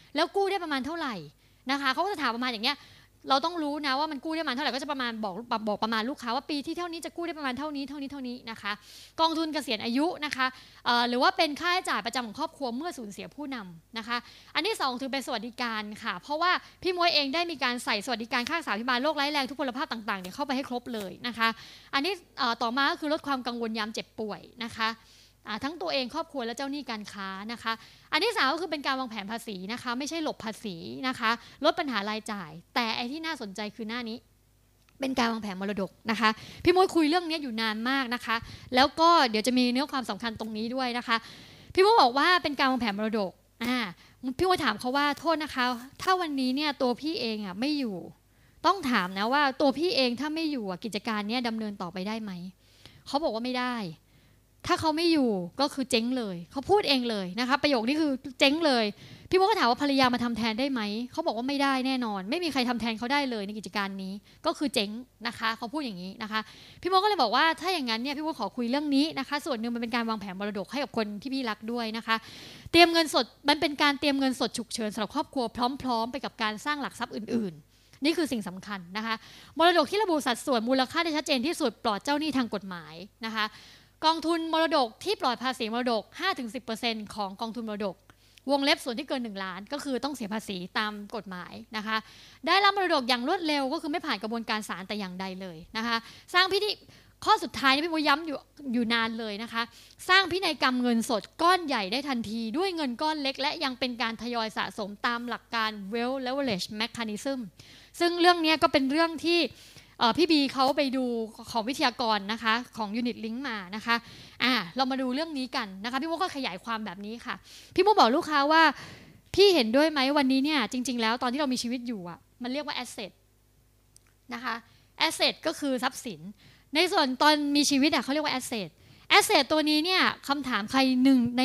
แล้วกู้ได้ประมาณเท่าไหร่นะคะเขาก็จะถามประมาณอย่างเงี้ยเราต้องรู้นะว่ามันกู้ได้ประมาณเท่าไหร่ก็จะประมาณบอกประมาณลูกค้าว่าปีที่เท่านี้จะกู้ได้ประมาณเท่านี้นะคะกองทุนเกษียณอายุนะคะหรือว่าเป็นค่าใช้จ่ายประจำของครอบครัวเมื่อสูญเสียผู้นำนะคะอันที่2ถือเป็นสวัสดิการค่ะเพราะว่าพี่ม้วยเองได้มีการใส่สวัสดิการค่ารักษาพยาบาลโรคร้ายแรงทุพพลภาพต่างๆเนี่ยเข้าไปให้ครบเลยนะคะอันนี้ต่อมาก็คือลดความกังวลยามเจ็บป่วยนะคะทั้งตัวเองครอบครัวและเจ้าหนี้การค้านะคะอันที่3ก็คือเป็นการวางแผนภาษีนะคะไม่ใช่หลบภาษีนะคะลดปัญหารายจ่ายแต่ไอ้ที่น่าสนใจคือหน้านี้เป็นการวางแผนมรดกนะคะพี่ม้วยคุยเรื่องนี้อยู่นานมากนะคะแล้วก็เดี๋ยวจะมีเนื้อความสำคัญตรงนี้ด้วยนะคะพี่ม้วยบอกว่าเป็นการวางแผนมรดกพี่ม้วยถามเขาว่าโทษนะคะถ้าวันนี้เนี่ยตัวพี่เองไม่อยู่ต้องถามนะว่าตัวพี่เองถ้าไม่อยู่กิจการนี้ดำเนินต่อไปได้ไหมเขาบอกว่าไม่ได้ถ้าเขาไม่อยู่ก็คือเจ๊งเลยเขาพูดเองเลยนะคะประโยคนี้คือเจ๊งเลยพี่โมก็ถามว่าภรรยามาทำแทนได้ไหมเขาบอกว่าไม่ได้แน่นอนไม่มีใครทำแทนเขาได้เลยในกิจการนี้ก็คือเจ๊งนะคะเขาพูดอย่างนี้นะคะพี่โมก็เลยบอกว่าถ้าอย่างนั้นเนี่ยพี่โมขอคุยเรื่องนี้นะคะส่วนหนึ่งมันเป็นการวางแผนมรดกให้กับคนที่พี่รักด้วยนะคะเตรียมเงินสดมันเป็นการเตรียมเงินสดฉุกเฉินสำหรับครอบครัวพร้อมๆไปกับการสร้างหลักทรัพย์อื่นๆนี่คือสิ่งสำคัญนะคะมรดกที่ระบุสัดส่วนมูลค่าได้ชัดเจนที่สุดปลอดเจ้าหนี้ทางกฎหมายนะคะกองทุนมรดกที่ปลอดภาษีมรดก 5-10% ของกองทุนมรดกวงเล็บส่วนที่เกิน1 ล้านก็คือต้องเสียภาษีตามกฎหมายนะคะได้รับมรดกอย่างรวดเร็วก็คือไม่ผ่านกระบวนการศาลแต่อย่างใดเลยนะคะสร้างพิธีข้อสุดท้ายนี่พี่โมย้ำอยู่นานเลยนะคะสร้างพินัยกรรมเงินสดก้อนใหญ่ได้ทันทีด้วยเงินก้อนเล็กและยังเป็นการทยอยสะสมตามหลักการ Wealth Leverage Mechanism ซึ่งเรื่องนี้ก็เป็นเรื่องที่พี่บีเขาไปดูของวิทยากรนะคะของ Unit Link มานะคะเรามาดูเรื่องนี้กันนะคะพี่โมก็ขยายความแบบนี้ค่ะพี่โมบอกลูกค้าว่าพี่เห็นด้วยไหมวันนี้เนี่ยจริงๆแล้วตอนที่เรามีชีวิตอยู่มันเรียกว่า asset นะคะ asset ก็คือทรัพย์สินในส่วนตอนมีชีวิตเขาเรียกว่า asset ตัวนี้เนี่ยคำถามใครใน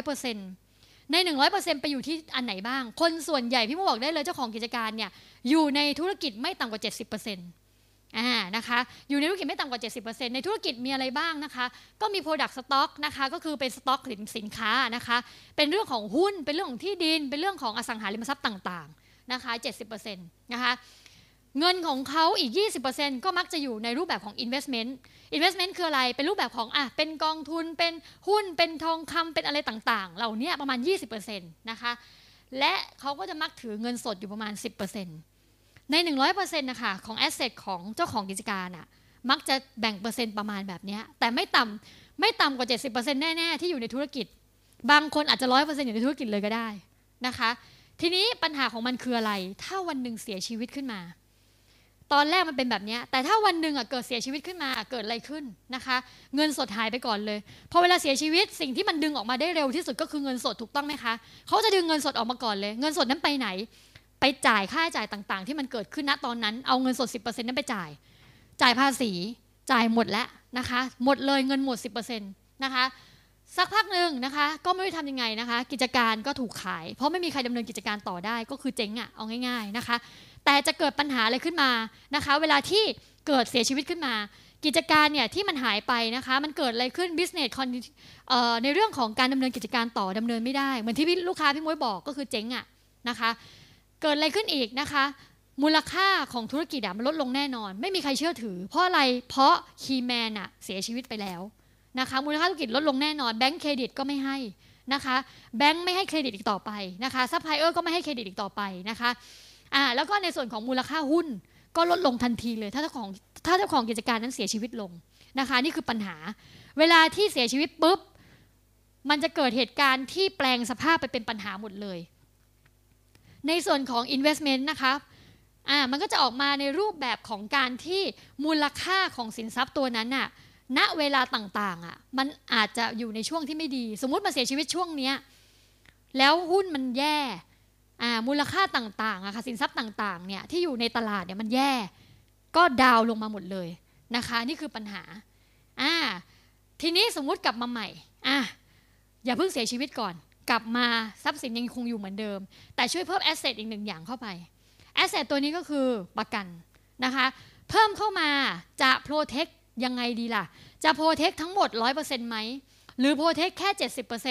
100%ใน 100% ไปอยู่ที่อันไหนบ้างคนส่วนใหญ่พี่โมบอกได้เลยเจ้าของกิจการเนี่ยอยู่ในธุรกิจไม่ต่ำกว่า 70%นะคะอยู่ในธุรกิจไม่ต่ำกว่า 70% ในธุรกิจมีอะไรบ้างนะคะก็มี product stock นะคะก็คือเป็นสต็อกสินค้านะคะเป็นเรื่องของหุ้นเป็นเรื่องของที่ดินเป็นเรื่องของอสังหาริมทรัพย์ต่างๆนะคะ 70% นะคะเงินของเขาอีก 20% ก็มักจะอยู่ในรูปแบบของ investment คืออะไรเป็นรูปแบบของเป็นกองทุนเป็นหุ้นเป็นทองคำเป็นอะไรต่างๆเหล่านี้ประมาณ 20% นะคะและเขาก็จะมักถือเงินสดอยู่ประมาณ 10%ใน 100% นะคะของ asset ของเจ้าของกิจการมักจะแบ่งเปอร์เซ็นต์ประมาณแบบนี้แต่ไม่ต่ำกว่า 70% แน่ๆที่อยู่ในธุรกิจบางคนอาจจะ 100% อยู่ในธุรกิจเลยก็ได้นะคะทีนี้ปัญหาของมันคืออะไรถ้าวันหนึ่งเสียชีวิตขึ้นมาตอนแรกมันเป็นแบบนี้แต่ถ้าวันหนึ่งเกิดเสียชีวิตขึ้นมาเกิดอะไรขึ้นนะคะเงินสดหายไปก่อนเลยพอเวลาเสียชีวิตสิ่งที่มันดึงออกมาได้เร็วที่สุดก็คือเงินสดถูกต้องไหมคะเขาจะดึงเงินสดออกมาก่อนเลยเงินสดนั้นไปไหนไปจ่ายค่าใช้จ่ายต่างๆที่มันเกิดขึ้นณตอนนั้นเอาเงินสด 10% นั้นไปจ่ายภาษีจ่ายหมดแล้วนะคะหมดเลยเงินหมด 10% นะคะสักพักหนึ่งนะคะก็ไม่รู้ทำยังไงนะคะกิจการก็ถูกขายเพราะไม่มีใครดำเนินกิจการต่อได้ก็คือเจ๊งเอาง่ายๆนะคะแต่จะเกิดปัญหาอะไรขึ้นมานะคะเวลาที่เกิดเสียชีวิตขึ้นมากิจการเนี่ยที่มันหายไปนะคะมันเกิดอะไรขึ้น business ในเรื่องของการดำเนินกิจการต่อดำเนินไม่ได้เหมือนที่ลูกค้าพี่ม้วยบอกก็คือเจ๊งนะคะเกิดอะไรขึ้นอีกนะคะมูลค่าของธุรกิจมันลดลงแน่นอนไม่มีใครเชื่อถือเพราะอะไรเพราะคีย์แมนเสียชีวิตไปแล้วนะคะมูลค่าธุรกิจลดลงแน่นอนแบงก์เครดิตก็ไม่ให้นะคะแบงก์ไม่ให้เครดิตอีกต่อไปนะคะซัพพลายเออร์ก็ไม่ให้เครดิตอีกต่อไปนะคะแล้วก็ในส่วนของมูลค่าหุ้นก็ลดลงทันทีเลยถ้าเจ้าของกิจการนั้นเสียชีวิตลงนะคะนี่คือปัญหาเวลาที่เสียชีวิตปุ๊บมันจะเกิดเหตุการณ์ที่แปลงสภาพไปเป็นปัญหาหมดเลยในส่วนของ investment นะคะมันก็จะออกมาในรูปแบบของการที่มูลค่าของสินทรัพย์ตัวนั้นณเวลาต่างๆมันอาจจะอยู่ในช่วงที่ไม่ดีสมมุติมาเสียชีวิตช่วงนี้แล้วหุ้นมันแย่มูลค่าต่างๆค่ะสินทรัพย์ต่างๆเนี่ยที่อยู่ในตลาดเนี่ยมันแย่ก็ดาวลงมาหมดเลยนะคะนี่คือปัญหาทีนี้สมมุติกลับมาใหม่อย่าเพิ่งเสียชีวิตก่อนกลับมาทรัพย์สินยังคงอยู่เหมือนเดิมแต่ช่วยเพิ่มแอสเซทอีก1อย่างเข้าไปแอสเซทตัวนี้ก็คือประกันนะคะเพิ่มเข้ามาจะโปรเทคยังไงดีล่ะจะโปรเทคทั้งหมด 100% ไหมหรือโปรเทคแค่ 70%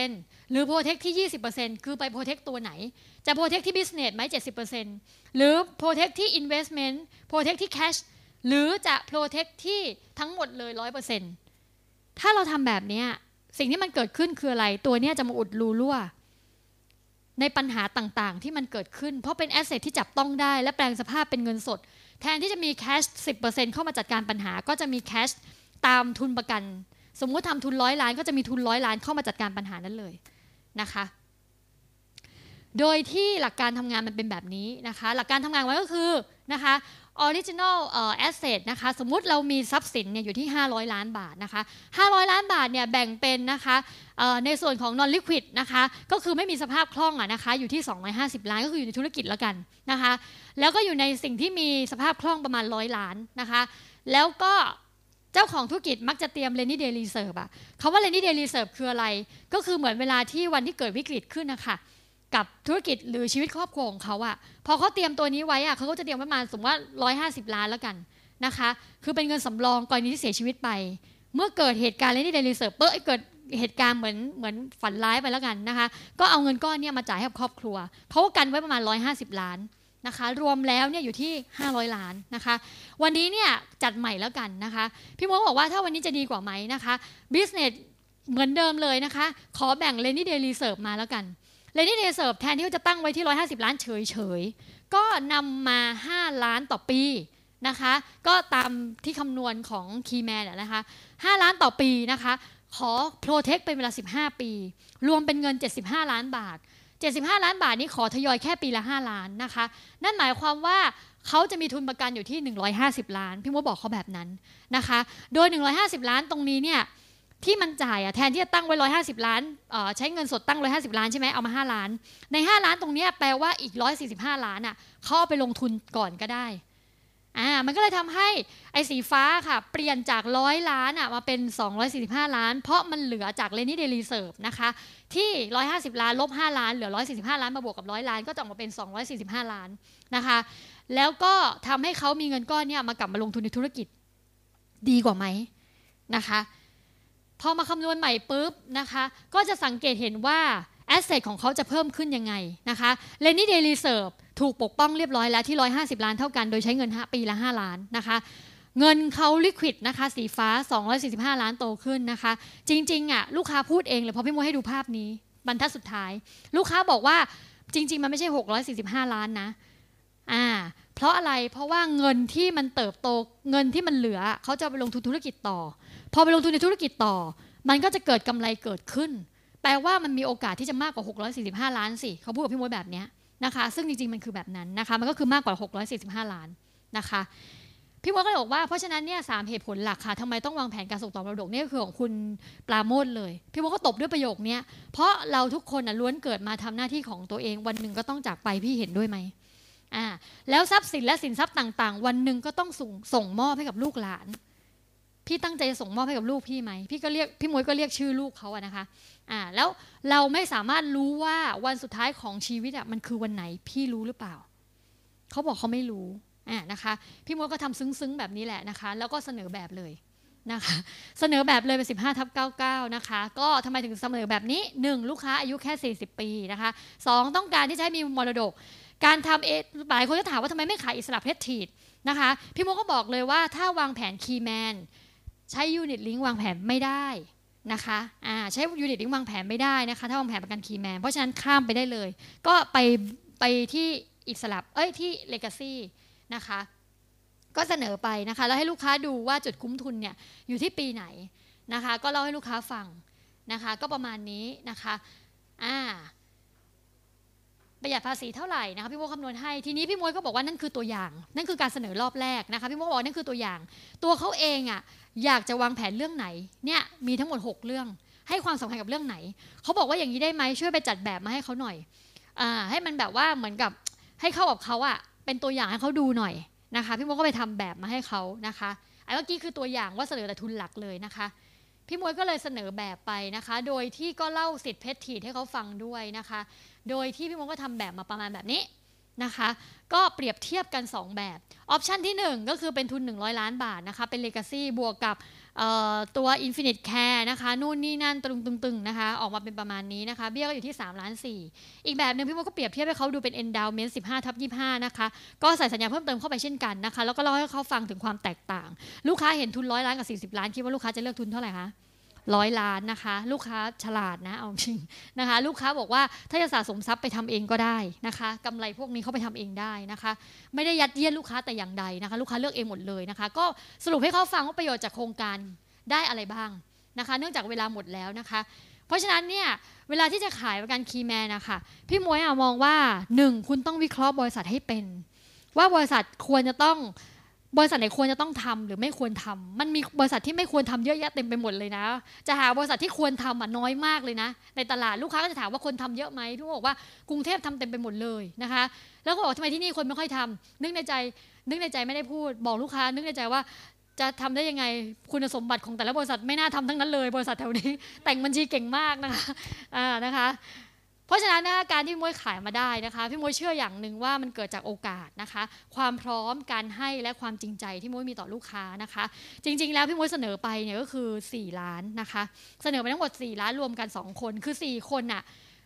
หรือ protect ที่ 20% คือไป protect ตัวไหนจะ protect ที่ business ไหม 70% หรือ protect ที่ investment protect ที่ cash หรือจะ protect ที่ทั้งหมดเลย 100% ถ้าเราทำแบบนี้สิ่งที่มันเกิดขึ้นคืออะไรตัวนี้จะมาอุดรูรั่วในปัญหาต่างๆที่มันเกิดขึ้นเพราะเป็นแอสเซทที่จับต้องได้และแปลงสภาพเป็นเงินสดแทนที่จะมีแคช 10% เข้ามาจัดการปัญหาก็จะมีแคชตามทุนประกันสมมุติทำทุน100 ล้านก็จะมีทุน100 ล้านเข้ามาจัดการปัญหานั้นเลยนะคะโดยที่หลักการทำงานมันเป็นแบบนี้นะคะหลักการทำงานมันก็คือนะคะ original asset นะคะสมมุติเรามีทรัพย์สินเนี่ยอยู่ที่500 ล้านบาทนะคะ500 ล้านบาทเนี่ยแบ่งเป็นนะคะในส่วนของ non liquid นะคะก็คือไม่มีสภาพคล่องนะคะอยู่ที่250 ล้านก็คืออยู่ในธุรกิจแล้วกันนะคะแล้วก็อยู่ในสิ่งที่มีสภาพคล่องประมาณ100 ล้านนะคะแล้วก็เจ้าของธุรกิจมักจะเตรียม rainy day reserve อะคำว่า rainy day reserve คืออะไรก็คือเหมือนเวลาที่วันที่เกิดวิกฤตขึ้นนะคะกับธุรกิจหรือชีวิตครอบครัวของเขาอะพอเขาเตรียมตัวนี้ไว้อะเขาก็จะเตรียมประมาณสมมติว่า150 ล้านแล้วกันนะคะคือเป็นเงินสำรองกรณีที่เสียชีวิตไปเมื่อเกิดเหตุการณ์ rainy day reserve เกิดเหตุการณ์เหมือนฝันร้ายไปแล้วกันนะคะก็เอาเงินก้อนนี้มาจ่ายให้กับครอบครัวเขาก็กันไว้ประมาณ150 ล้านนะคะรวมแล้วเนี่ยอยู่ที่500 ล้านนะคะวันนี้เนี่ยจัดใหม่แล้วกันนะคะพี่โมบอกว่าถ้าวันนี้จะดีกว่าไหมนะคะ business เหมือนเดิมเลยนะคะขอแบ่ง rainy day reserve มาแล้วกันrainy day reserve แทนที่จะตั้งไว้ที่150 ล้านเฉยๆก็นำมา5 ล้านต่อปีนะคะก็ตามที่คำนวณของ Keyman นะคะ5 ล้านต่อปีนะคะขอ protect เป็นเวลา15 ปีรวมเป็นเงิน75 ล้านบาท75 ล้านบาทนี้ขอทยอยแค่ปีละ5 ล้านนะคะนั่นหมายความว่าเขาจะมีทุนประกันอยู่ที่150 ล้านพี่มดบอกเขาแบบนั้นนะคะโดย150 ล้านตรงนี้เนี่ยที่มันจ่ายแทนที่จะตั้งไว้150 ล้านใช้เงินสดตั้ง150 ล้านใช่ไหมเอามา5 ล้านใน5 ล้านตรงนี้แปลว่าอีก145 ล้านเขาเอาไปลงทุนก่อนก็ได้มันก็เลยทำให้ไอ้สีฟ้าค่ะเปลี่ยนจาก100 ล้านมาเป็น245 ล้านเพราะมันเหลือจาก rainy day reserve นะคะที่150 ล้านลบ5 ล้านเหลือ145 ล้านมาบวกกับ100 ล้านก็จะออกมาเป็น245 ล้านนะคะแล้วก็ทำให้เขามีเงินก้อนนี้มากลับมาลงทุนในธุรกิจดีกว่าไหมนะคะพอมาคำนวณใหม่ปุ๊บนะคะก็จะสังเกตเห็นว่าแอสเซทของเขาจะเพิ่มขึ้นยังไงนะคะ rainy day reserve ถูกปกป้องเรียบร้อยแล้วที่150 ล้านเท่ากันโดยใช้เงินปีละ5 ล้านนะคะเงินเขา liquid นะคะสีฟ้า245 ล้านโตขึ้นนะคะจริงๆลูกค้าพูดเองเลยเพราะพี่มวยให้ดูภาพนี้บรรทัดสุดท้ายลูกค้าบอกว่าจริงๆมันไม่ใช่645 ล้านนะเพราะอะไรเพราะว่าเงินที่มันเติบโตเงินที่มันเหลือเขาจะไปลงทุนธุรกิจต่อพอไปลงทุนในธุรกิจต่อมันก็จะเกิดกำไรเกิดขึ้นแปลว่ามันมีโอกาสที่จะมากกว่า645 ล้านสิเขาพูดกับพี่มวยแบบนี้นะคะซึ่งจริงๆมันคือแบบนั้นนะคะมันก็คือมากกว่า645 ล้านนะคะพี่มวยก็เลยบอกว่าเพราะฉะนั้นเนี่ย3เหตุผลหลักค่ะทำไมต้องวางแผนการส่งต่อมรดกนี่คือของคุณปราโมทเลยพี่มวยก็ตบด้วยประโยคนี้เพราะเราทุกคนล้วนเกิดมาทำหน้าที่ของตัวเองวันหนึ่งก็ต้องจากไปพี่เห็นด้วยไหมแล้วทรัพย์สินและสินทรัพย์ต่างๆวันหนึ่งก็ต้องส่งมอบให้กับลูกหลานพี่ตั้งใจจะส่งมอบให้กับลูกพี่ไหมพี่มวยก็เรียกชื่อลูกเขานะคะแล้วเราไม่สามารถรู้ว่าวันสุดท้ายของชีวิตมันคือวันไหนพี่รู้หรือเปล่าเขาบอกเขาไม่รู้นะคะพี่มวยก็ทำซึ้งๆแบบนี้แหละนะคะแล้วก็เสนอแบบเลยนะคะเสนอแบบเลยเป็น15/99นะคะก็ทำไมถึงเสนอแบบนี้1ลูกค้าอายุแค่40 ปีนะคะ2ต้องการที่จะให้มีมรดกการทำหลายคนจะถามว่าทำไมไม่ขายอิสระเพชรทีดนะคะพี่มวยก็บอกเลยว่าถ้าวางแผนคีย์แมนใช้ยูนิตลิงก์วางแผนไม่ได้นะคะใช้ยูนิตลิงก์วางแผนไม่ได้นะคะถ้าวางแผนประกันคีย์แมนเพราะฉะนั้นข้ามไปได้เลยก็ไปที่อิสระที่เลกาซี่นะคะก็เสนอไปนะคะแล้วให้ลูกค้าดูว่าจุดคุ้มทุนเนี่ยอยู่ที่ปีไหนนะคะก็เล่าให้ลูกค้าฟังนะคะก็ประมาณนี้นะคะประหยัดภาษีเท่าไหร่นะคะพี่มวยคำนวณให้ทีนี้พี่มวยก็บอกว่านั่นคือตัวอย่างนั่นคือการเสนอรอบแรกนะคะพี่มวยบอกนั่นคือตัวอย่างตัวเขาเองอยากจะวางแผนเรื่องไหนเนี่ยมีทั้งหมด6 เรื่องให้ความสำคัญกับเรื่องไหนเขาบอกว่าอย่างนี้ได้ไหมช่วยไปจัดแบบมาให้เขาหน่อยให้มันแบบว่าเหมือนกับให้เข้ากับเขาเป็นตัวอย่างให้เขาดูหน่อยนะคะพี่มวยก็ไปทำแบบมาให้เขานะคะไอ้เมื่อกี้คือตัวอย่างว่าเสนอแต่ทุนหลักเลยนะคะพี่มวยก็เลยเสนอแบบไปนะคะโดยที่ก็เล่าสิทธิเพชรทีดให้เขาฟังด้วยนะคะโดยที่พี่มวยก็ทำแบบมาประมาณแบบนี้นะคะก็เปรียบเทียบกัน2แบบออปชันที่1ก็คือเป็นทุน100 ล้านบาทนะคะเป็น Legacy บวกกับตัว Infinite Care นะคะนู่นนี่นั่นตึงๆนะคะออกมาเป็นประมาณนี้นะคะเบี้ยก็อยู่ที่3 ล้าน 4อีกแบบนึงพี่มดก็เปรียบเทียบให้เขาดูเป็น Endowment 15/25นะคะก็ใส่สัญญาเพิ่มเติมเข้าไปเช่นกันนะคะแล้วก็เล่าให้เขาฟังถึงความแตกต่างลูกค้าเห็นทุน100 ล้านกับ40 ล้านคิดว่าลูกค้าจะเลือกทุนเท่าไหร่คะ100 ล้านนะคะลูกค้าฉลาดนะเอาจริงนะคะลูกค้าบอกว่าถ้าจะสะสมทรัพย์ไปทำเองก็ได้นะคะกำไรพวกนี้เขาไปทำเองได้นะคะไม่ได้ยัดเยียดลูกค้าแต่อย่างใดนะคะลูกค้าเลือกเองหมดเลยนะคะก็สรุปให้เขาฟังว่าประโยชน์จากโครงการได้อะไรบ้างนะคะเนื่องจากเวลาหมดแล้วนะคะเพราะฉะนั้นเนี่ยเวลาที่จะขายประกันคีย์แมนนะคะพี่มวยมองว่า1คุณต้องวิเคราะห์บริษัทให้เป็นว่าบริษัทควรจะต้องบริษัทไหนควรจะต้องทำหรือไม่ควรทำมันมีบริษัทที่ไม่ควรทำเยอะแยะเต็มไปหมดเลยนะจะหาบริษัทที่ควรทำน้อยมากเลยนะในตลาดลูกค้าก็จะถามว่าคนทำเยอะไหมทุกคนบอกว่ากรุงเทพทำเต็มไปหมดเลยนะคะแล้วก็บอกทำไมที่นี่คนไม่ค่อยทำนึกในใจไม่ได้พูดบอกลูกค้านึกในใจว่าจะทำได้ยังไงคุณสมบัติของแต่ละบริษัทไม่น่าทำทั้งนั้นเลยบริษัทแถวนี้แต่งบัญชีเก่งมากนะคะเพราะฉะนั้นการที่พี่มวยขายมาได้นะคะพี่มวยเชื่ออย่างหนึ่งว่ามันเกิดจากโอกาสนะคะความพร้อมการให้และความจริงใจที่มวยมีต่อลูกค้านะคะจริงๆแล้วพี่มวยเสนอไปเนี่ยก็คือ4 ล้านนะคะเสนอไปทั้งหมด4 ล้านรวมกัน2 คนคือ4 คนน่ะ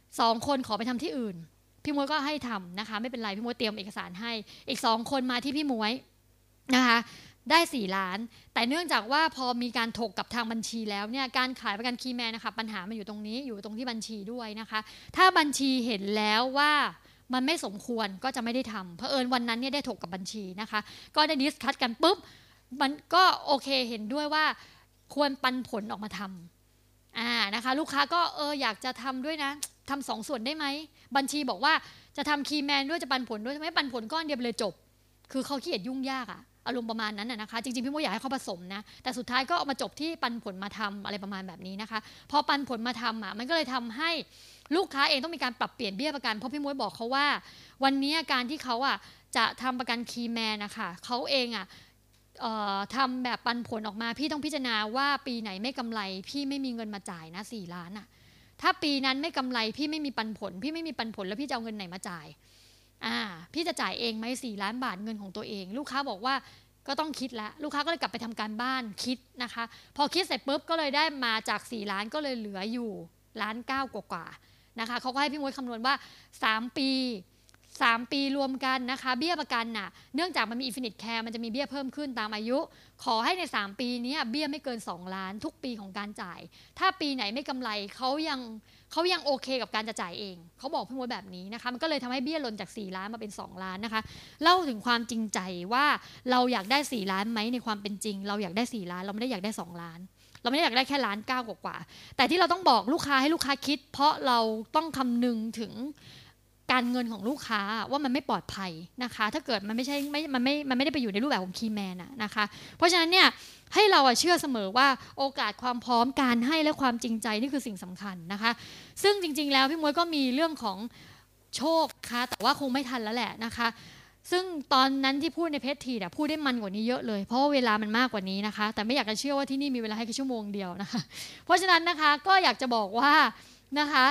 2 คนขอไปทำที่อื่นพี่มวยก็ให้ทำนะคะไม่เป็นไรพี่มวยเตรียมเอกสารให้อีก2 คนมาที่พี่มวยนะคะได้4 ล้านแต่เนื่องจากว่าพอมีการถกกับทางบัญชีแล้วเนี่ยการขายประกันคีย์แมนนะคะปัญหามันอยู่ตรงนี้อยู่ตรงที่บัญชีด้วยนะคะถ้าบัญชีเห็นแล้วว่ามันไม่สมควรก็จะไม่ได้ทำเผอิญวันนั้นเนี่ยได้ถกกับบัญชีนะคะก็ได้ดิสคัสกันปุ๊บมันก็โอเคเห็นด้วยว่าควรปันผลออกมาทำนะคะลูกค้าก็อยากจะทำด้วยนะทำ2 ส่วนได้ไหมบัญชีบอกว่าจะทำคีย์แมนด้วยจะปันผลด้วยทำไมปันผลก้อนเดียวเลยจบคือเขาขี้เกียจยุ่งยากอารมณ์ประมาณนั้นนะคะจริงๆพี่มวยอยากให้เขาผสมนะแต่สุดท้ายก็เอามาจบที่ปันผลมาทำอะไรประมาณแบบนี้นะคะพอปันผลมาทำมันก็เลยทำให้ลูกค้าเองต้องมีการปรับเปลี่ยนเบี้ยประกันเพราะพี่มวยบอกเขาว่าวันนี้การที่เขาจะทำประกันคีย์แมนนะคะเขาเองทำแบบปันผลออกมาพี่ต้องพิจารณาว่าปีไหนไม่กำไรพี่ไม่มีเงินมาจ่ายนะ4 ล้านถ้าปีนั้นไม่กำไรพี่ไม่มีปันผลแล้วพี่จะเอาเงินไหนมาจ่ายพี่จะจ่ายเองไหม4 ล้านบาทเงินของตัวเองลูกค้าบอกว่าก็ต้องคิดแล้วลูกค้าก็เลยกลับไปทำการบ้านคิดนะคะพอคิดเสร็จปุ๊บก็เลยได้มาจาก4 ล้านก็เลยเหลืออยู่1.9 ล้านกว่านะคะเขาก็ให้พี่มวยคำนวณว่า3 ปีรวมกันนะคะเบี้ยประกันเนื่องจากมันมี Infinite Care มันจะมีเบี้ยเพิ่มขึ้นตามอายุขอให้ใน3 ปีนี้เบี้ยไม่เกิน2 ล้านทุกปีของการจ่ายถ้าปีไหนไม่กำไรเขายังโอเคกับการจะจ่ายเองเขาบอกพี่มวยแบบนี้นะคะมันก็เลยทำให้เบี้ยหล่นจาก4 ล้านมาเป็น2 ล้านนะคะเล่าถึงความจริงใจว่าเราอยากได้4 ล้านไหมในความเป็นจริงเราอยากได้4 ล้านเราไม่ได้อยากได้2 ล้านเราไม่ได้อยากได้แค่1.9 ล้านกว่าแต่ที่เราต้องบอกลูกค้าให้ลูกค้าคิดเพราะเราต้องคำนึงถึงการเงินของลูกค้าว่ามันไม่ปลอดภัยนะคะถ้าเกิดมันไม่ได้ไปอยู่ในรูปแบบของคีย์แมนนะคะเพราะฉะนั้นเนี่ยให้เราเชื่อเสมอว่าโอกาสความพร้อมการให้และความจริงใจนี่คือสิ่งสำคัญนะคะซึ่งจริงๆแล้วพี่มวยก็มีเรื่องของโชคค่ะแต่ว่าคงไม่ทันแล้วแหละนะคะซึ่งตอนนั้นที่พูดในเพจทีพูดได้มันกว่านี้เยอะเลยเพราะว่าเวลามันมากกว่านี้นะคะแต่ไม่อยากจะเชื่อว่าที่นี่มีเวลาให้แค่ชั่วโมงเดียวนะคะเพราะฉะนั้นนะคะก็อยากจะบอกว่านะคะ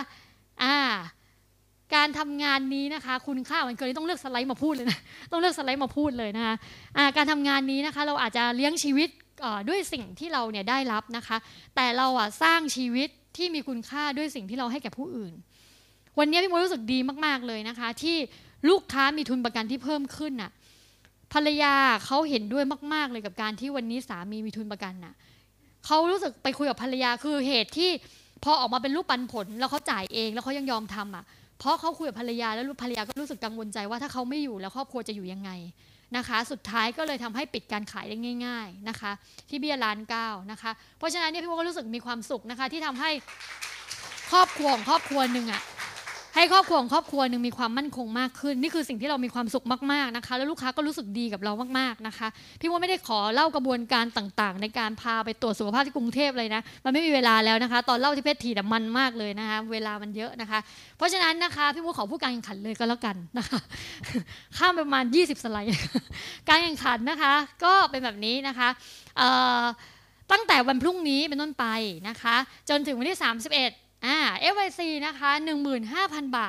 การทำงานนี้นะคะคุณค่ามันเกินต้องเลือกสไลด์มาพูดเลยนะต้องเลือกสไลด์มาพูดเลยนะคะการทำงานนี้นะคะเราอาจจะเลี้ยงชีวิตด้วยสิ่งที่เราเนี่ยได้รับนะคะแต่เราสร้างชีวิตที่มีคุณค่าด้วยสิ่งที่เราให้แก่ผู้อื่นวันนี้พี่มวยรู้สึกดีมากๆเลยนะคะที่ลูกค้ามีทุนประกันที่เพิ่มขึ้นภรรยาเขาเห็นด้วยมากๆเลยกับการที่วันนี้สามีมีทุนประกันเขารู้สึกไปคุยกับภรรยาคือเหตุที่พอออกมาเป็นรูปปันผลแล้วเขาจ่ายเองแล้วเขายังยอมทำเพราะเขาคุยกับภรรยาแล้วภรรยาก็รู้สึกกังวลใจว่าถ้าเขาไม่อยู่แล้วครอบครัวจะอยู่ยังไงนะคะสุดท้ายก็เลยทำให้ปิดการขายได้ง่ายๆนะคะที่เบี้ย1.9 ล้านนะคะเพราะฉะนั้นเนี่ยพี่โมก็รู้สึกมีความสุขนะคะที่ทำให้ครอบครัวของครอบครัวหนึ่งให้ครอบครัวของครอบครัวหนึ่งมีความมั่นคงมากขึ้นนี่คือสิ่งที่เรามีความสุขมากๆนะคะแล้วลูกค้าก็รู้สึกดีกับเรามากๆนะคะพี่โมไม่ได้ขอเล่ากระบวนการต่างๆในการพาไปตรวจสุขภาพที่กรุงเทพเลยนะมันไม่มีเวลาแล้วนะคะตอนเล่าที่เพชรทีมันมากเลยนะคะเวลามันเยอะนะคะเพราะฉะนั้นนะคะพี่โมขอพูดการแข่งขันเลยก็แล้วกันนะคะข้ามประมาณ20 สไลด์การแข่งขันนะคะก็เป็นแบบนี้นะคะตั้งแต่วันพรุ่งนี้เป็นต้นไปนะคะจนถึงวันที่31FYC นะคะ 15,000 บาท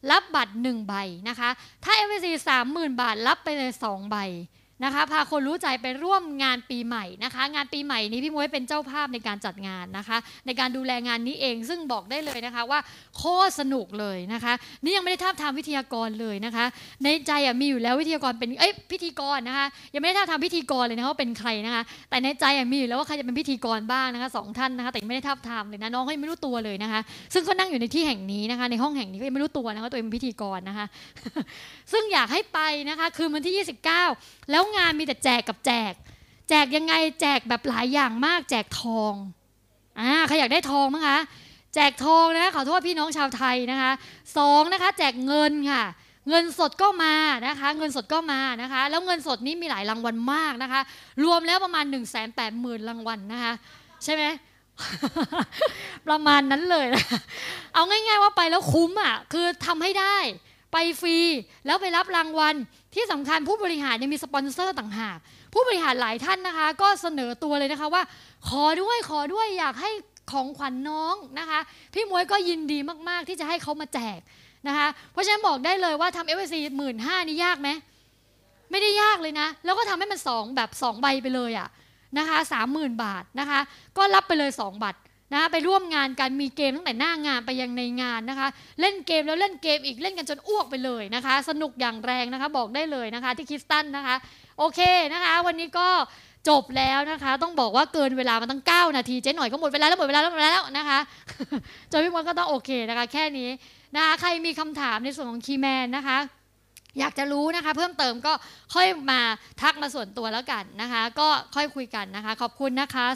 รับบัตร1ใบนะคะถ้า FSC 30,000 บาทรับไปเลย2ใบนะคะพาคนรู้ใจไปร่วมงานปีใหม่นะคะงานปีใหม่นี้พี่ม้วยเป็นเจ้าภาพในการจัดงานนะคะในการดูแลงานนี้เองซึ่งบอกได้เลยนะคะว่าโคตรสนุกเลยนะคะนี่ยังไม่ได้ทาบทามวิทยากรเลยนะคะในใจมีอยู่แล้ววิทยากรเป็นพิธีกรนะคะยังไม่ได้ทาบทามพิธีกรเลยนะคะว่าเป็นใครนะคะแต่ในใจมีอยู่แล้วว่าใครจะเป็นพิธีกรบ้างนะคะ2 ท่านนะคะแต่ยังไม่ได้ทาบทามเลยนะน้องเขายังไม่รู้ตัวเลยนะคะซึ่งเขานั่งอยู่ในที่แห่งนี้นะคะในห้องแห่งนี้ก็ยังไม่รู้ตัวนะคะตัวเองเป็นพิธีกรนะคะ ซึ่งอยากให้ไปนะคะคืนวันที่29แล้วงานมีแต่แจกกับแจกยังไงแจกแบบหลายอย่างมากแจกทองใครอยากได้ทองมั้งคะแจกทองนะขอโทษพี่น้องชาวไทยนะคะ2นะคะแจกเงินค่ะเงินสดก็มานะคะเงินสดก็มานะคะแล้วเงินสดนี้มีหลายรางวัลมากนะคะรวมแล้วประมาณ 180,000 รางวัลนะคะใช่ไหม ประมาณนั้นเลยนะเอาง่ายๆว่าไปแล้วคุ้มคือทำให้ได้ไปฟรีแล้วไปรับรางวัลที่สำคัญผู้บริหารยังมีสปอนเซอร์ต่างหากผู้บริหารหลายท่านนะคะก็เสนอตัวเลยนะคะว่าขอด้วยอยากให้ของขวัญน้องนะคะพี่ม้วยก็ยินดีมากๆที่จะให้เขามาแจกนะคะเพราะฉะนั้นบอกได้เลยว่าทำ FSC 15,000นี่ยากไหมไม่ได้ยากเลยนะแล้วก็ทำให้มันแบบ2ใบไปเลยนะคะ 30,000 บาทนะคะก็รับไปเลย2 บัตรนะไปร่วมงานกันมีเกมตั้งแต่หน้างานไปยังในงานนะคะเล่นเกมแล้วเล่นเกมอีกเล่นกันจนอ้วกไปเลยนะคะสนุกอย่างแรงนะคะบอกได้เลยนะคะที่คริสตันนะคะโอเคนะคะวันนี้ก็จบแล้วนะคะต้องบอกว่าเกินเวลามาตั้ง9 นาทีเจ๊หน่อยก็หมดเวลาแล้วนะคะจอยพี่มดก็ต้องโอเคนะคะแค่นี้นะคะใครมีคำถามในส่วนของคีย์แมนนะคะอยากจะรู้นะคะเพิ่มเติมก็ค่อยมาทักมาส่วนตัวแล้วกันนะคะก็ค่อยคุยกันนะคะขอบคุณนะคะ